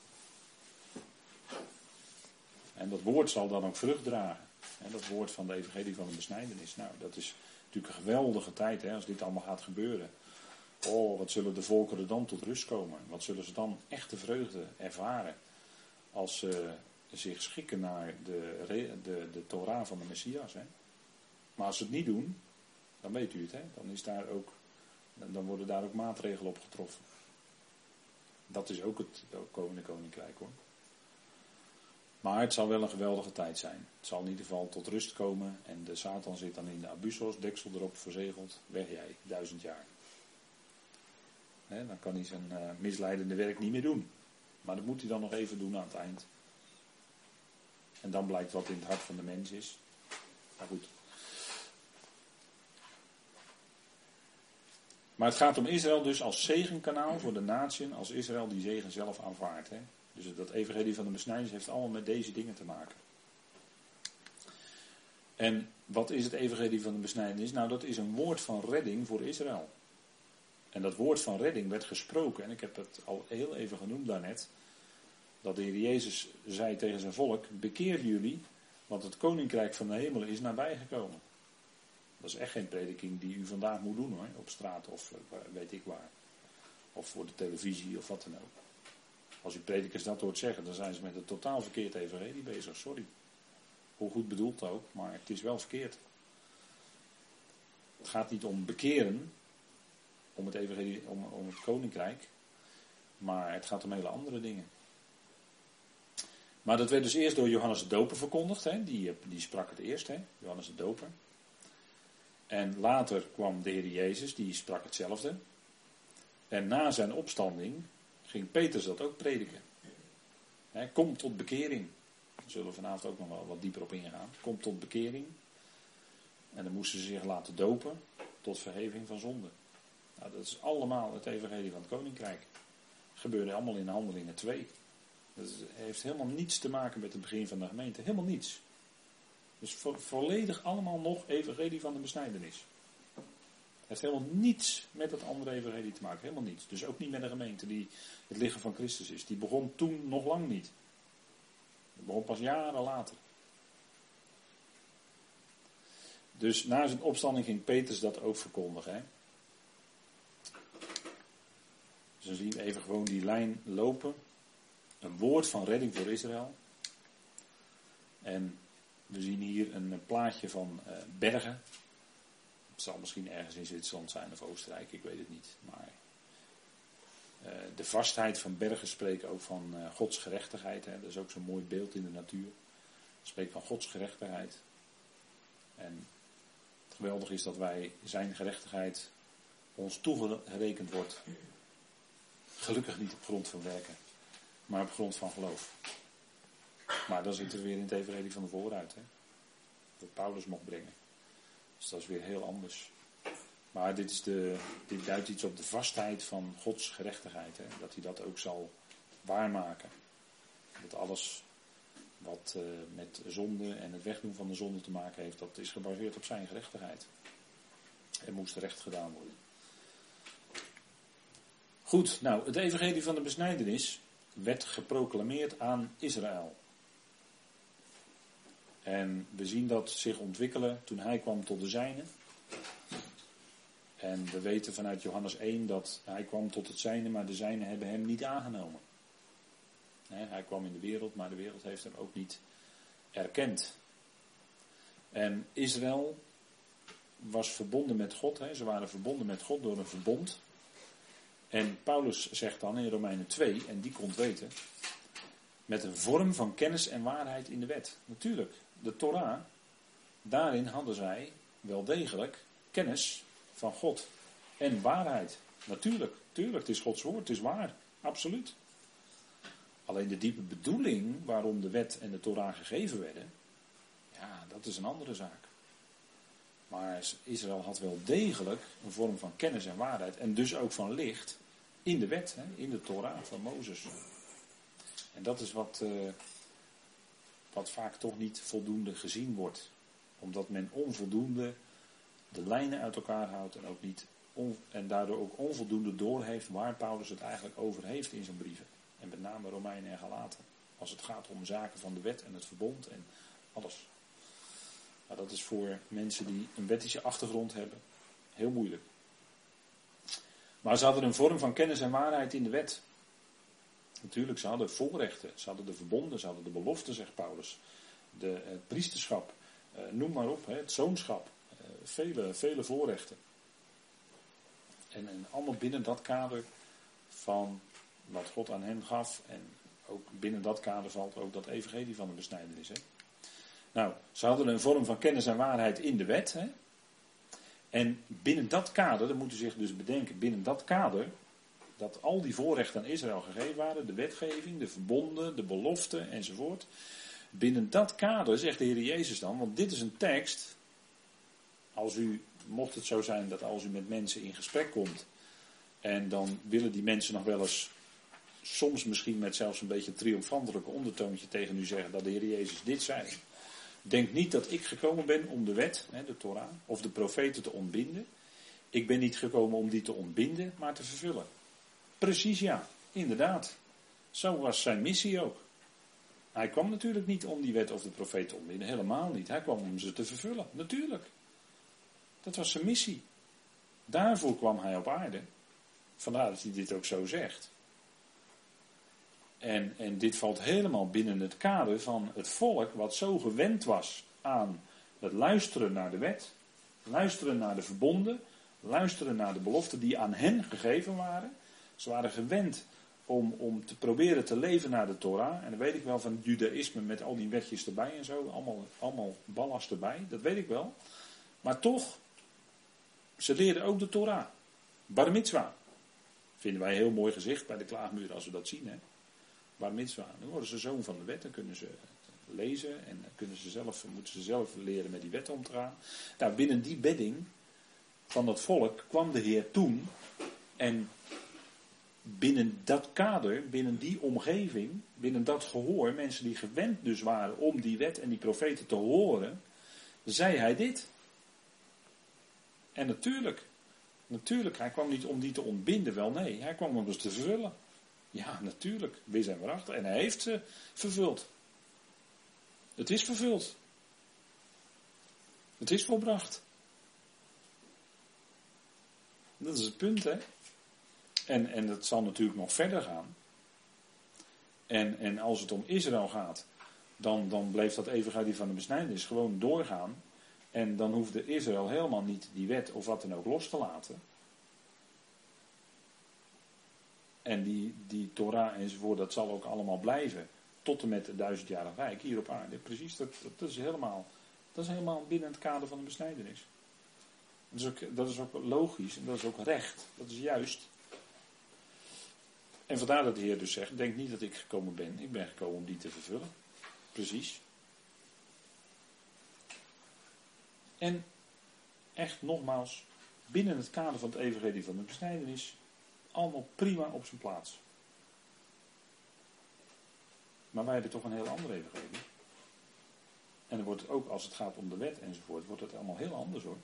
En dat woord zal dan ook vrucht dragen. En dat woord van de evangelie van de besnijdenis. Nou, dat is natuurlijk een geweldige tijd hè, als dit allemaal gaat gebeuren. Oh, wat zullen de volkeren dan tot rust komen? Wat zullen ze dan echte vreugde ervaren als ze zich schikken naar de, de, de Torah van de Messias. Hè? Maar als ze het niet doen, dan weet u het, hè? Dan, is daar ook, dan worden daar ook maatregelen op getroffen. Dat is ook het komende koninkrijk hoor. Maar het zal wel een geweldige tijd zijn. Het zal in ieder geval tot rust komen. En de Satan zit dan in de Abusos, deksel erop verzegeld. Weg jij, duizend jaar. He, dan kan hij zijn uh, misleidende werk niet meer doen. Maar dat moet hij dan nog even doen aan het eind. En dan blijkt wat in het hart van de mens is. Maar goed. Maar het gaat om Israël dus als zegenkanaal voor de natieën, als Israël die zegen zelf aanvaardt. Hè. Dus dat evangelie van de besnijdenis heeft allemaal met deze dingen te maken. En wat is het evangelie van de besnijdenis? Nou, dat is een woord van redding voor Israël. En dat woord van redding werd gesproken, en ik heb het al heel even genoemd daarnet, dat de Heer Jezus zei tegen zijn volk, bekeer jullie, want het koninkrijk van de hemelen is nabijgekomen. Dat is echt geen prediking die u vandaag moet doen hoor, op straat of weet ik waar. Of voor de televisie of wat dan ook. Als u predikers dat hoort zeggen, dan zijn ze met een totaal verkeerd evangelie bezig, sorry. Hoe goed bedoeld ook, maar het is wel verkeerd. Het gaat niet om bekeren, om het evangelie, om, om het koninkrijk, maar het gaat om hele andere dingen. Maar dat werd dus eerst door Johannes de Doper verkondigd, hè? Die, die sprak het eerst, hè? Johannes de Doper. En later kwam de Heer Jezus, die sprak hetzelfde. En na zijn opstanding ging Petrus dat ook prediken. Hè, kom tot bekering. Daar zullen we vanavond ook nog wel wat dieper op ingaan. Kom tot bekering. En dan moesten ze zich laten dopen tot vergeving van zonde. Nou, dat is allemaal het evangelie van het koninkrijk. Dat gebeurde allemaal in Handelingen twee. Dat heeft helemaal niets te maken met het begin van de gemeente. Helemaal niets. Dus vo- volledig allemaal nog evangelie van de besnijdenis. Het heeft helemaal niets met het andere evangelie te maken. Helemaal niets. Dus ook niet met de gemeente die het lichaam van Christus is. Die begon toen nog lang niet. Dat begon pas jaren later. Dus na zijn opstanding ging Petrus dat ook verkondigen. Hè? Dus dan zien we even gewoon die lijn lopen. Een woord van redding voor Israël. En we zien hier een plaatje van uh, bergen. Het zal misschien ergens in Zwitserland zijn of Oostenrijk, ik weet het niet. Maar uh, de vastheid van bergen spreekt ook van uh, Gods gerechtigheid. Hè. Dat is ook zo'n mooi beeld in de natuur. Het spreekt van Gods gerechtigheid. En het geweldige is dat wij zijn gerechtigheid ons toegerekend wordt. Gelukkig niet op grond van werken, maar op grond van geloof. Maar dan zit er weer in het evangelie van de vooruit. Hè? Dat Paulus mocht brengen. Dus dat is weer heel anders. Maar dit, is de, dit duidt iets op de vastheid van Gods gerechtigheid. Hè? Dat hij dat ook zal waarmaken. Dat alles wat uh, met zonde en het wegdoen van de zonde te maken heeft, dat is gebaseerd op zijn gerechtigheid. Er moest recht gedaan worden. Goed, nou, het evangelie van de besnijdenis werd geproclameerd aan Israël. En we zien dat zich ontwikkelen toen hij kwam tot de zijnen. En we weten vanuit Johannes één dat hij kwam tot het zijne, maar de zijnen hebben hem niet aangenomen. Nee, hij kwam in de wereld, maar de wereld heeft hem ook niet erkend. En Israël was verbonden met God. Hè. Ze waren verbonden met God door een verbond. En Paulus zegt dan in Romeinen twee, en die kon het weten, met een vorm van kennis en waarheid in de wet. Natuurlijk, de Torah, daarin hadden zij wel degelijk kennis van God en waarheid. Natuurlijk, tuurlijk, het is Gods woord, het is waar, absoluut. Alleen de diepe bedoeling waarom de wet en de Torah gegeven werden, ja, dat is een andere zaak. Maar Israël had wel degelijk een vorm van kennis en waarheid. En dus ook van licht in de wet, hè, in de Torah van Mozes. En dat is wat, uh, wat vaak toch niet voldoende gezien wordt. Omdat men onvoldoende de lijnen uit elkaar houdt. En, ook niet on, en daardoor ook onvoldoende doorheeft waar Paulus het eigenlijk over heeft in zijn brieven. En met name Romeinen en Galaten. Als het gaat om zaken van de wet en het verbond en alles. Nou, dat is voor mensen die een wettische achtergrond hebben heel moeilijk. Maar ze hadden een vorm van kennis en waarheid in de wet. Natuurlijk, ze hadden voorrechten, ze hadden de verbonden, ze hadden de beloften, zegt Paulus. De, het priesterschap, eh, noem maar op, hè, het zoonschap. Eh, vele, vele voorrechten. En, en allemaal binnen dat kader van wat God aan hen gaf. En ook binnen dat kader valt ook dat evangelie van de besnijdenis. Hè? Nou, ze hadden een vorm van kennis en waarheid in de wet. Hè? En binnen dat kader, dan moeten ze zich dus bedenken, binnen dat kader, dat al die voorrechten aan Israël gegeven waren, de wetgeving, de verbonden, de beloften enzovoort. Binnen dat kader zegt de Heer Jezus dan, want dit is een tekst, als u, mocht het zo zijn dat als u met mensen in gesprek komt, en dan willen die mensen nog wel eens, soms misschien met zelfs een beetje een triomfantelijke ondertoontje tegen u zeggen dat de Heer Jezus dit zei. Denk niet dat ik gekomen ben om de wet, de Torah, of de profeten te ontbinden. Ik ben niet gekomen om die te ontbinden, maar te vervullen. Precies ja, inderdaad. Zo was zijn missie ook. Hij kwam natuurlijk niet om die wet of de profeten te ontbinden, helemaal niet. Hij kwam om ze te vervullen, natuurlijk. Dat was zijn missie. Daarvoor kwam hij op aarde. Vandaar dat hij dit ook zo zegt. En, en dit valt helemaal binnen het kader van het volk wat zo gewend was aan het luisteren naar de wet, luisteren naar de verbonden, luisteren naar de beloften die aan hen gegeven waren. Ze waren gewend om, om te proberen te leven naar de Torah. En dat weet ik wel van het judaïsme met al die wetjes erbij en zo, allemaal, allemaal ballast erbij, dat weet ik wel. Maar toch, ze leerden ook de Torah. Bar mitzwa. Vinden wij een heel mooi gezicht bij de klaagmuur als we dat zien, hè. Bar mitzwa. Dan worden ze zoon van de wet, dan kunnen ze lezen en kunnen ze zelf, moeten ze zelf leren met die wet om te gaan. Nou, binnen die bedding van dat volk kwam de Heer toen en binnen dat kader, binnen die omgeving, binnen dat gehoor, mensen die gewend dus waren om die wet en die profeten te horen, zei hij dit. En natuurlijk, natuurlijk, hij kwam niet om die te ontbinden, wel nee, hij kwam om ze te vervullen. Ja, natuurlijk, we zijn erachter. En hij heeft ze vervuld. Het is vervuld. Het is volbracht. Dat is het punt, hè. En, en dat zal natuurlijk nog verder gaan. En, en als het om Israël gaat, dan, dan bleef dat evangelie van de besnijdenis gewoon doorgaan. En dan hoefde Israël helemaal niet die wet of wat dan ook los te laten. En die, die Torah enzovoort, dat zal ook allemaal blijven. Tot en met het duizendjarig rijk hier op aarde. Precies, dat, dat, dat, is helemaal, dat is helemaal binnen het kader van de besnijdenis. Dat is, ook, dat is ook logisch en dat is ook recht. Dat is juist. En vandaar dat de Heer dus zegt, denk niet dat ik gekomen ben. Ik ben gekomen om die te vervullen. Precies. En echt nogmaals, binnen het kader van het evangelie van de besnijdenis, allemaal prima op zijn plaats. Maar wij hebben toch een heel ander evangelie. En dan wordt het ook, als het gaat om de wet enzovoort, wordt het allemaal heel anders hoor.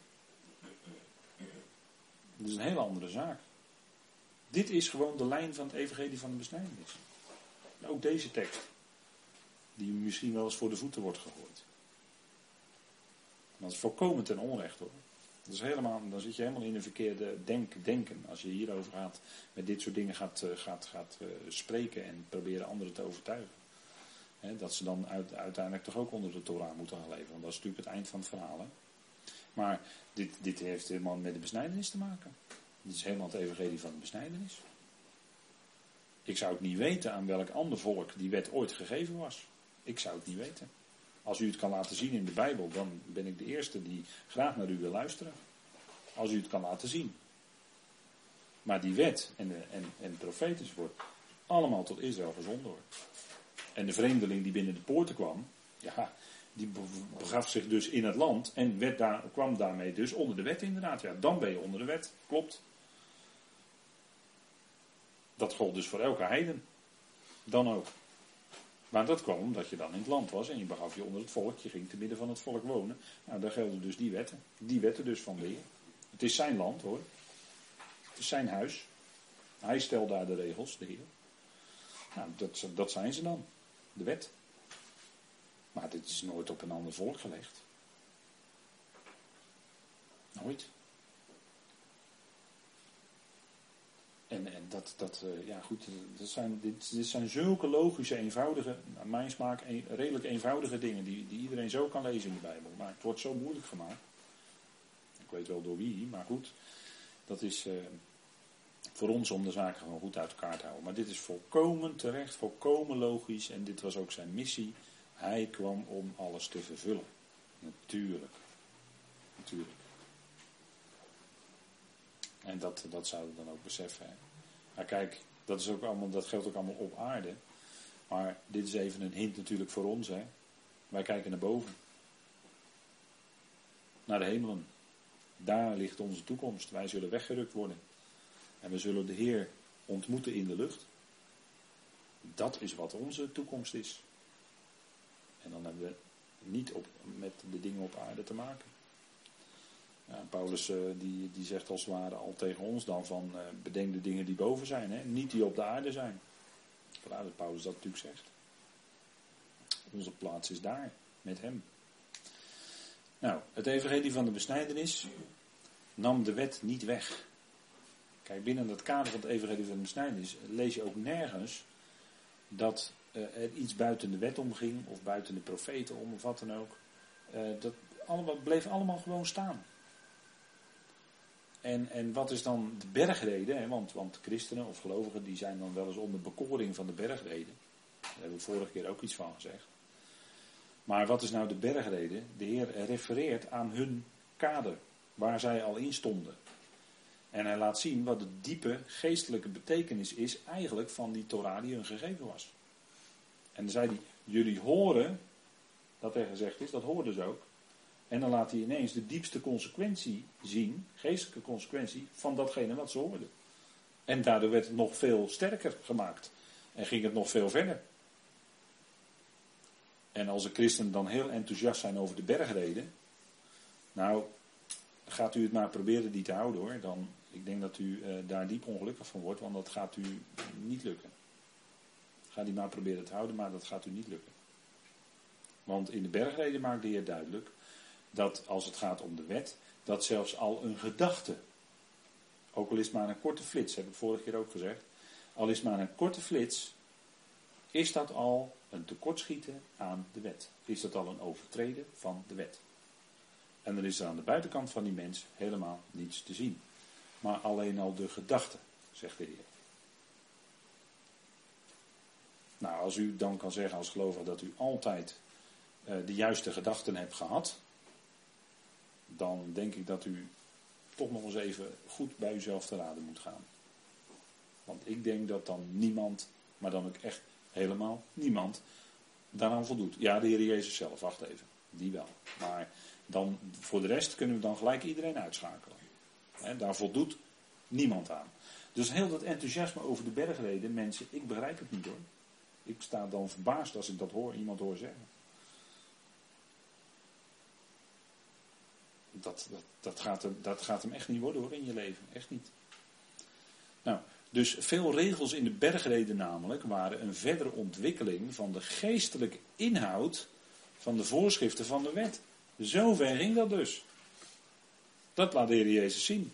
Het is een hele andere zaak. Dit is gewoon de lijn van het evangelie van de besnijdenis. En ook deze tekst, die misschien wel eens voor de voeten wordt gegooid. Dat is volkomen ten onrecht hoor. Dat is helemaal, dan zit je helemaal in een verkeerde denk, denken. Als je hierover gaat, met dit soort dingen gaat, gaat, gaat uh, spreken en proberen anderen te overtuigen. He, dat ze dan uit, uiteindelijk toch ook onder de Torah moeten gaan leven. Want dat is natuurlijk het eind van het verhaal. Hè. Maar dit, dit heeft helemaal met de besnijdenis te maken. Dit is helemaal het evangelie van de besnijdenis. Ik zou het niet weten aan welk ander volk die wet ooit gegeven was. Ik zou het niet weten. Als u het kan laten zien in de Bijbel, dan ben ik de eerste die graag naar u wil luisteren. Als u het kan laten zien. Maar die wet en de, en, en de profeten wordt allemaal tot Israël gezonden hoor. En de vreemdeling die binnen de poorten kwam, ja, die begaf zich dus in het land en werd daar, kwam daarmee dus onder de wet inderdaad. Ja, dan ben je onder de wet, klopt. Dat gold dus voor elke heiden. Dan ook. Maar dat kwam omdat je dan in het land was en je begaf je onder het volk. Je ging te midden van het volk wonen. Nou, daar gelden dus die wetten. Die wetten dus van de Heer. Het is zijn land hoor. Het is zijn huis. Hij stelt daar de regels, de Heer. Nou, dat, dat zijn ze dan. De wet. Maar dit is nooit op een ander volk gelegd. Nooit. En, en dat, dat uh, ja goed, dat zijn, dit, dit zijn zulke logische, eenvoudige, naar mijn smaak, een, redelijk eenvoudige dingen die, die iedereen zo kan lezen in de Bijbel. Maar het wordt zo moeilijk gemaakt. Ik weet wel door wie, maar goed, dat is, uh, voor ons om de zaken gewoon goed uit elkaar te houden. Maar dit is volkomen terecht, volkomen logisch. En dit was ook zijn missie. Hij kwam om alles te vervullen. Natuurlijk. Natuurlijk. En dat, dat zouden we dan ook beseffen. Hè. Maar kijk, dat, is ook allemaal, dat geldt ook allemaal op aarde. Maar dit is even een hint natuurlijk voor ons. Hè. Wij kijken naar boven. Naar de hemelen. Daar ligt onze toekomst. Wij zullen weggerukt worden. En we zullen de Heer ontmoeten in de lucht. Dat is wat onze toekomst is. En dan hebben we niet op, met de dingen op aarde te maken. Ja, Paulus uh, die, die zegt als het ware al tegen ons dan van uh, bedenk de dingen die boven zijn. Hè? Niet die op de aarde zijn. Vandaar dat Paulus dat natuurlijk zegt. Onze plaats is daar. Met hem. Nou, het evangelie van de besnijdenis nam de wet niet weg. Kijk, binnen dat kader van het evangelie van de besnijdenis lees je ook nergens dat uh, er iets buiten de wet omging, of buiten de profeten om, of wat dan ook. Uh, dat allemaal, bleef allemaal gewoon staan. En, en wat is dan de bergrede? Hè? Want, want christenen of gelovigen die zijn dan wel eens onder bekoring van de bergrede. Daar hebben we vorige keer ook iets van gezegd. Maar wat is nou de bergrede? De Heer refereert aan hun kader, waar zij al in stonden. En hij laat zien wat de diepe geestelijke betekenis is eigenlijk van die Torah die hun gegeven was. En dan zei hij, jullie horen, dat er gezegd is, dat hoorden ze ook. En dan laat hij ineens de diepste consequentie zien, geestelijke consequentie, van datgene wat ze hoorden. En daardoor werd het nog veel sterker gemaakt. En ging het nog veel verder. En als de christenen dan heel enthousiast zijn over de bergrede, nou, gaat u het maar proberen die te houden hoor. Dan, ik denk dat u uh, daar diep ongelukkig van wordt, want dat gaat u niet lukken. Ga die maar proberen te houden, maar dat gaat u niet lukken. Want in de bergrede maakt de Heer duidelijk dat als het gaat om de wet, dat zelfs al een gedachte, ook al is het maar een korte flits, heb ik vorige keer ook gezegd, al is het maar een korte flits, is dat al een tekortschieten aan de wet. Is dat al een overtreden van de wet. En dan is er aan de buitenkant van die mens helemaal niets te zien. Maar alleen al de gedachte, zegt de Heer. Nou, als u dan kan zeggen als gelovige dat u altijd uh, de juiste gedachten hebt gehad, dan denk ik dat u toch nog eens even goed bij uzelf te raden moet gaan. Want ik denk dat dan niemand, maar dan ook echt helemaal niemand, daaraan voldoet. Ja, de Heer Jezus zelf, wacht even. Die wel. Maar dan, voor de rest kunnen we dan gelijk iedereen uitschakelen. He, daar voldoet niemand aan. Dus heel dat enthousiasme over de bergrede, mensen, ik begrijp het niet hoor. Ik sta dan verbaasd als ik dat hoor, iemand hoor zeggen. Dat, dat, dat, gaat hem, dat gaat hem echt niet worden hoor in je leven. Echt niet. Nou, dus veel regels in de bergrede namelijk waren een verdere ontwikkeling van de geestelijke inhoud van de voorschriften van de wet. Zover ging dat dus. Dat laat de Heer Jezus zien.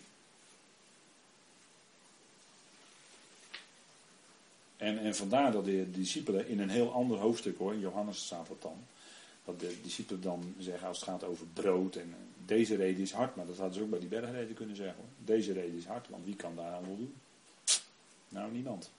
En, en vandaar dat de discipelen in een heel ander hoofdstuk hoor, in Johannes staat dat dan, dat de discipelen dan zeggen als het gaat over brood en deze reden is hard, maar dat hadden ze ook bij die bergrede kunnen zeggen hoor. Deze reden is hard, want wie kan daar aan voldoen? Nou, niemand.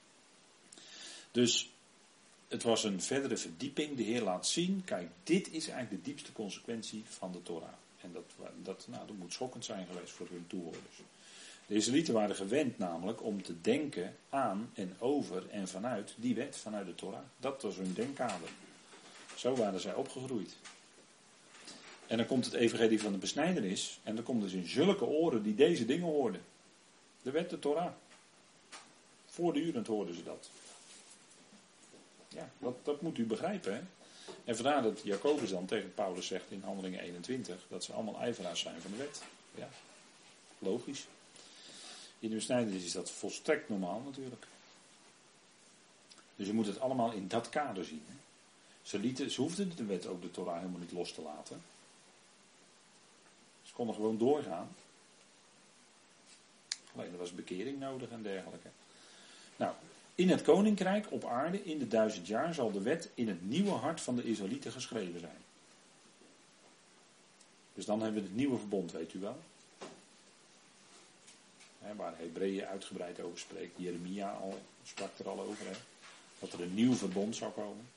Dus het was een verdere verdieping. De Heer laat zien, kijk, dit is eigenlijk de diepste consequentie van de Torah. En dat, dat, nou, dat moet schokkend zijn geweest voor hun toehoorders. De Israëlieten waren gewend namelijk om te denken aan en over en vanuit die wet, vanuit de Torah. Dat was hun denkkader. Zo waren zij opgegroeid. En dan komt het evangelie van de besnijdenis en dan komt dus in zulke oren die deze dingen hoorden. De wet, de Torah. Voortdurend hoorden ze dat. Ja, dat, dat moet u begrijpen. Hè? En vandaar dat Jacobus dan tegen Paulus zegt in Handelingen eenentwintig, dat ze allemaal ijveraars zijn van de wet. Ja, logisch. In de besnijdenis is dat volstrekt normaal natuurlijk. Dus je moet het allemaal in dat kader zien. Hè? Ze, lieten, ze hoefden de wet ook de Torah helemaal niet los te laten. Ze konden gewoon doorgaan. Alleen er was bekering nodig en dergelijke. Nou, in het koninkrijk op aarde in de duizend jaar zal de wet in het nieuwe hart van de Israëlieten geschreven zijn. Dus dan hebben we het nieuwe verbond, weet u wel. Hè, waar Hebreeën uitgebreid over spreekt. Jeremia al, sprak er al over. Hè, dat er een nieuw verbond zou komen.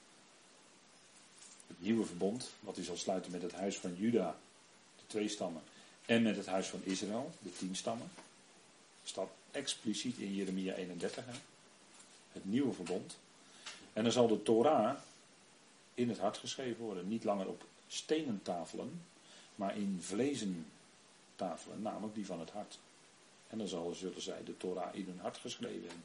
Het nieuwe verbond, wat hij zal sluiten met het huis van Juda, de twee stammen. En met het huis van Israël, de tien stammen. Dat staat expliciet in Jeremia eenendertig. Hè. Het nieuwe verbond. En dan zal de Torah in het hart geschreven worden. Niet langer op stenen tafelen, maar in vlezen tafelen. Namelijk die van het hart. En dan zal, zullen zij de Torah in hun hart geschreven hebben.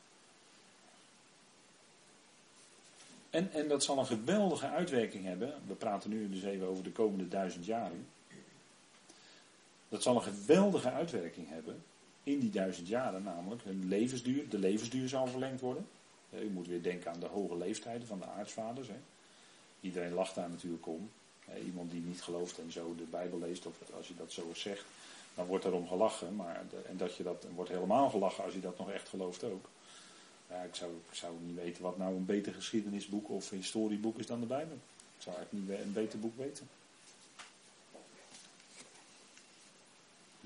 En, en dat zal een geweldige uitwerking hebben. We praten nu dus even over de komende duizend jaren. Dat zal een geweldige uitwerking hebben in die duizend jaren. Namelijk hun levensduur. De levensduur zal verlengd worden. U moet weer denken aan de hoge leeftijden van de aartsvaders. Hè. Iedereen lacht daar natuurlijk om. Iemand die niet gelooft en zo de Bijbel leest, of als je dat zo eens zegt, dan wordt erom gelachen. Maar de, en dat je dat wordt helemaal gelachen als je dat nog echt gelooft ook. Ja, ik, zou, ik zou niet weten wat nou een beter geschiedenisboek of historieboek is dan de Bijbel. Ik zou eigenlijk niet een beter boek weten. Hm.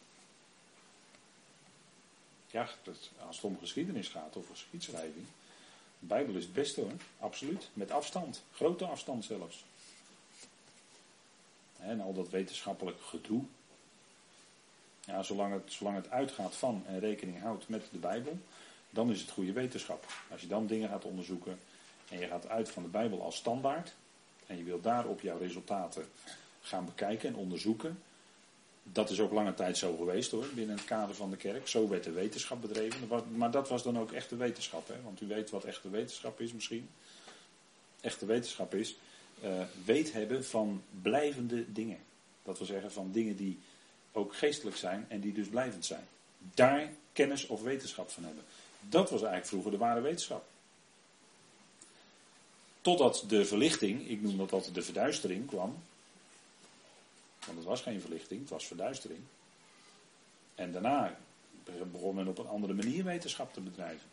Ja, dat, als het om geschiedenis gaat of geschiedschrijving. De Bijbel is het beste hoor, absoluut. Met afstand, grote afstand zelfs. En al dat wetenschappelijk gedoe. Ja, zolang het, zolang het uitgaat van en rekening houdt met de Bijbel, dan is het goede wetenschap. Als je dan dingen gaat onderzoeken en je gaat uit van de Bijbel als standaard en je wilt daarop jouw resultaten gaan bekijken en onderzoeken. Dat is ook lange tijd zo geweest hoor, binnen het kader van de kerk. Zo werd de wetenschap bedreven. Maar dat was dan ook echte wetenschap. Hè? Want u weet wat echte wetenschap is misschien. Echte wetenschap is uh, weet hebben van blijvende dingen. Dat wil zeggen van dingen die ook geestelijk zijn en die dus blijvend zijn. Daar kennis of wetenschap van hebben. Dat was eigenlijk vroeger de ware wetenschap. Totdat de verlichting, ik noem dat altijd de verduistering, kwam. Want het was geen verlichting, het was verduistering. En daarna begon men op een andere manier wetenschap te bedrijven.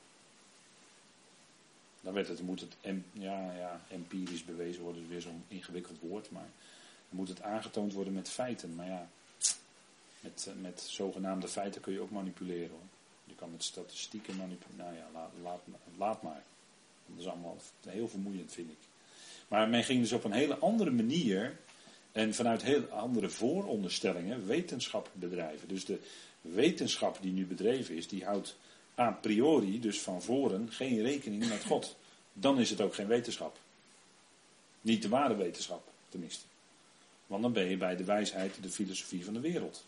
Dan werd het, moet het ja, ja, empirisch bewezen worden, is weer zo'n ingewikkeld woord. Maar dan moet het aangetoond worden met feiten. Maar ja, met, met zogenaamde feiten kun je ook manipuleren hoor. Je kan met statistieken manipuleren. Nou ja, laat, laat, laat maar. Dat is allemaal heel vermoeiend vind ik. Maar men ging dus op een hele andere manier en vanuit heel andere vooronderstellingen wetenschap bedrijven. Dus de wetenschap die nu bedreven is, die houdt a priori, dus van voren, geen rekening met God. Dan is het ook geen wetenschap. Niet de ware wetenschap, tenminste. Want dan ben je bij de wijsheid, de filosofie van de wereld.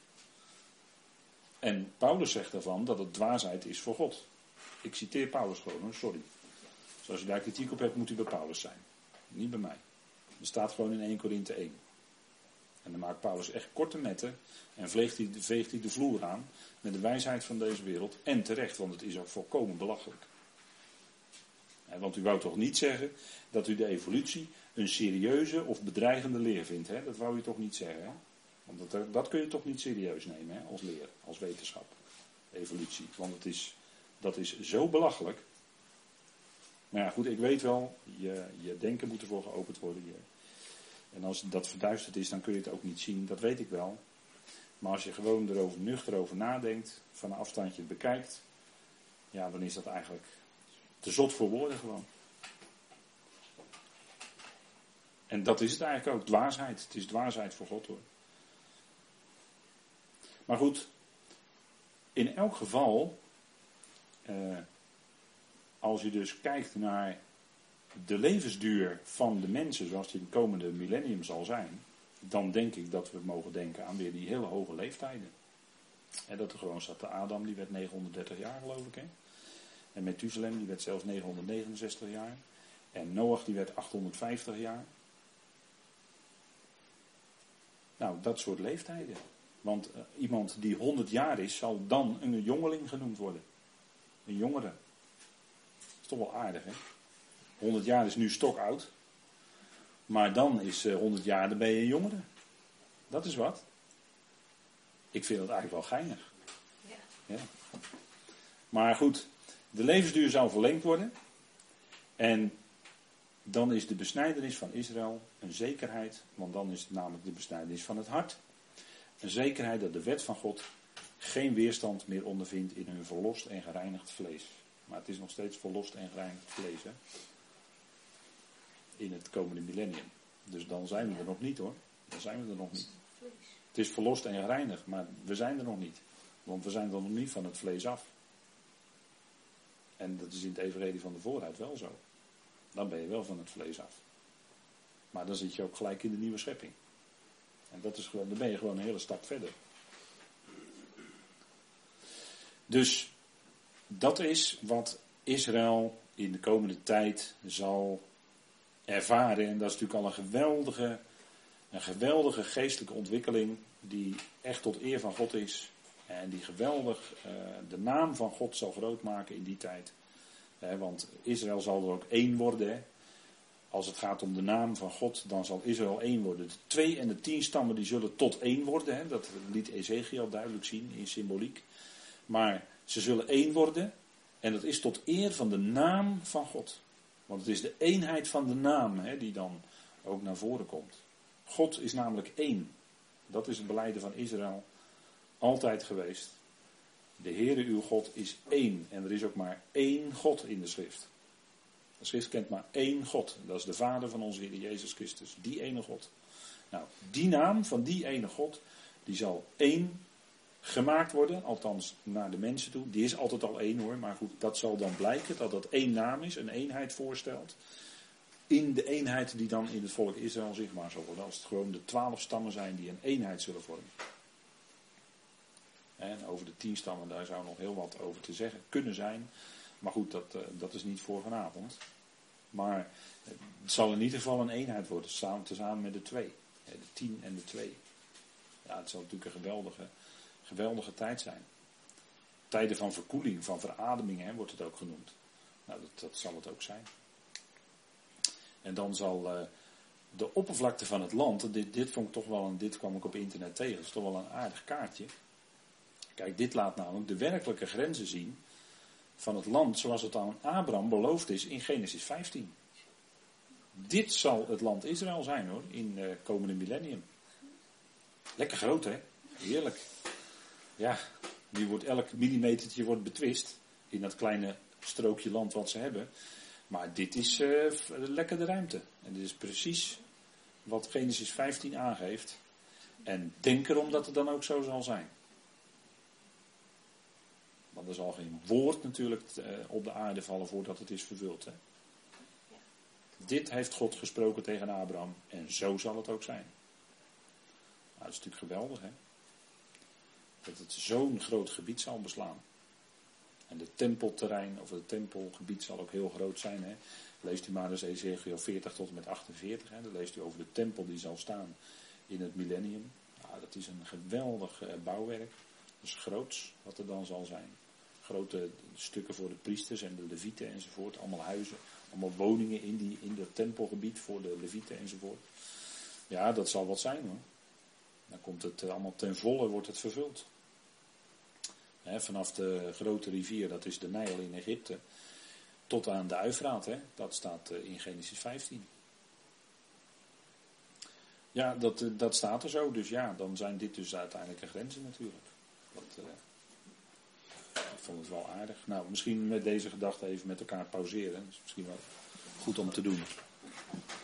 En Paulus zegt daarvan dat het dwaasheid is voor God. Ik citeer Paulus gewoon, sorry. Dus als u daar kritiek op hebt, moet u bij Paulus zijn. Niet bij mij. Er staat gewoon in eerste Korinthe één. En dan maakt Paulus echt korte metten en veegt hij, veegt hij de vloer aan met de wijsheid van deze wereld. En terecht, want het is ook volkomen belachelijk. Want u wou toch niet zeggen dat u de evolutie een serieuze of bedreigende leer vindt. Hè? Dat wou u toch niet zeggen. Hè? Want dat, dat kun je toch niet serieus nemen hè? Als leer, als wetenschap. Evolutie. Want het is, dat is zo belachelijk. Maar ja goed, ik weet wel, je, je denken moet ervoor geopend worden hier. En als dat verduisterd is, dan kun je het ook niet zien, dat weet ik wel. Maar als je gewoon erover nuchter over nadenkt, van een afstandje het bekijkt, ja, dan is dat eigenlijk te zot voor woorden gewoon. En dat is het eigenlijk ook, dwaasheid. Het is dwaasheid voor God hoor. Maar goed, in elk geval, eh, als je dus kijkt naar de levensduur van de mensen zoals die in het komende millennium zal zijn, dan denk ik dat we mogen denken aan weer die hele hoge leeftijden. En dat er gewoon staat, de Adam die werd negenhonderddertig jaar geloof ik. Hè? En Methuselem die werd zelfs negenhonderdnegenenzestig jaar. En Noach die werd achthonderdvijftig jaar. Nou, dat soort leeftijden. Want uh, iemand die honderd jaar is, zal dan een jongeling genoemd worden. Een jongere. Dat is toch wel aardig, hè? honderd jaar is nu stokoud. Maar dan is uh, honderd jaar, dan ben je een jongere. Dat is wat. Ik vind dat eigenlijk wel geinig. Ja. Ja. Maar goed, de levensduur zal verlengd worden. En dan is de besnijdenis van Israël een zekerheid. Want dan is het namelijk de besnijdenis van het hart. Een zekerheid dat de wet van God geen weerstand meer ondervindt in hun verlost en gereinigd vlees. Maar het is nog steeds verlost en gereinigd vlees, hè? In het komende millennium. Dus dan zijn we er nog niet, hoor. Dan zijn we er nog niet. Het is verlost en gereinigd, maar we zijn er nog niet. Want we zijn dan nog niet van het vlees af. En dat is in het evangelie van de vooruit wel zo. Dan ben je wel van het vlees af. Maar dan zit je ook gelijk in de nieuwe schepping. En dat is gewoon, dan ben je gewoon een hele stap verder. Dus dat is wat Israël in de komende tijd zal ervaren. En dat is natuurlijk al een geweldige, een geweldige geestelijke ontwikkeling die echt tot eer van God is. En die geweldig uh, de naam van God zal groot maken in die tijd. He, want Israël zal er ook één worden. He. Als het gaat om de naam van God, dan zal Israël één worden. De twee en de tien stammen die zullen tot één worden. He. Dat liet Ezekiel duidelijk zien in symboliek. Maar ze zullen één worden. En dat is tot eer van de naam van God. Want het is de eenheid van de naam he, die dan ook naar voren komt. God is namelijk één. Dat is het belijden van Israël. Altijd geweest. De Heere uw God is één. En er is ook maar één God in de schrift. De schrift kent maar één God. Dat is de Vader van onze Heer Jezus Christus. Die ene God. Nou, die naam van die ene God, die zal één gemaakt worden. Althans naar de mensen toe. Die is altijd al één hoor. Maar goed, dat zal dan blijken dat dat één naam is. Een eenheid voorstelt. In de eenheid die dan in het volk Israël zichtbaar zal worden. Als het gewoon de twaalf stammen zijn die een eenheid zullen vormen. En over de tien stammen, daar zou nog heel wat over te zeggen kunnen zijn. Maar goed, dat, uh, dat is niet voor vanavond. Maar het zal in ieder geval een eenheid worden, samen, tezamen met de twee. De tien en de twee. Ja, het zal natuurlijk een geweldige, geweldige tijd zijn. Tijden van verkoeling, van verademing, hè, wordt het ook genoemd. Nou, dat, dat zal het ook zijn. En dan zal uh, de oppervlakte van het land, dit, dit vond ik toch wel, een, dit kwam ik op internet tegen, dat is toch wel een aardig kaartje. Kijk, dit laat namelijk de werkelijke grenzen zien van het land zoals het aan Abraham beloofd is in Genesis vijftien. Dit zal het land Israël zijn hoor, in de komende millennium. Lekker groot hè, heerlijk. Ja, nu wordt elk millimetertje wordt betwist in dat kleine strookje land wat ze hebben. Maar dit is uh, lekker de ruimte. En dit is precies wat Genesis vijftien aangeeft. En denk erom dat het dan ook zo zal zijn. Want er zal geen woord natuurlijk uh, op de aarde vallen voordat het is vervuld. Hè? Ja. Dit heeft God gesproken tegen Abraham en zo zal het ook zijn. Nou, dat is natuurlijk geweldig hè. Dat het zo'n groot gebied zal beslaan. En de tempelterrein of het tempelgebied zal ook heel groot zijn. Hè. Leest u maar eens Ezekiel veertig tot en met achtenveertig. Hè. Dan leest u over de tempel die zal staan in het millennium. Nou, dat is een geweldig uh, bouwwerk. Dat is groots wat er dan zal zijn. Grote stukken voor de priesters en de levieten enzovoort. Allemaal huizen, allemaal woningen in, die, in dat tempelgebied voor de levieten enzovoort. Ja, dat zal wat zijn hoor. Dan komt het uh, allemaal ten volle, wordt het vervuld. He, vanaf de grote rivier, dat is de Nijl in Egypte, tot aan de Uifraat, hè, dat staat uh, in Genesis vijftien. Ja, dat, uh, dat staat er zo, dus ja, dan zijn dit dus uiteindelijk de grenzen natuurlijk. Dat, uh, ik vond het wel aardig. Nou, misschien met deze gedachte even met elkaar pauzeren, dat is misschien wel goed om te doen.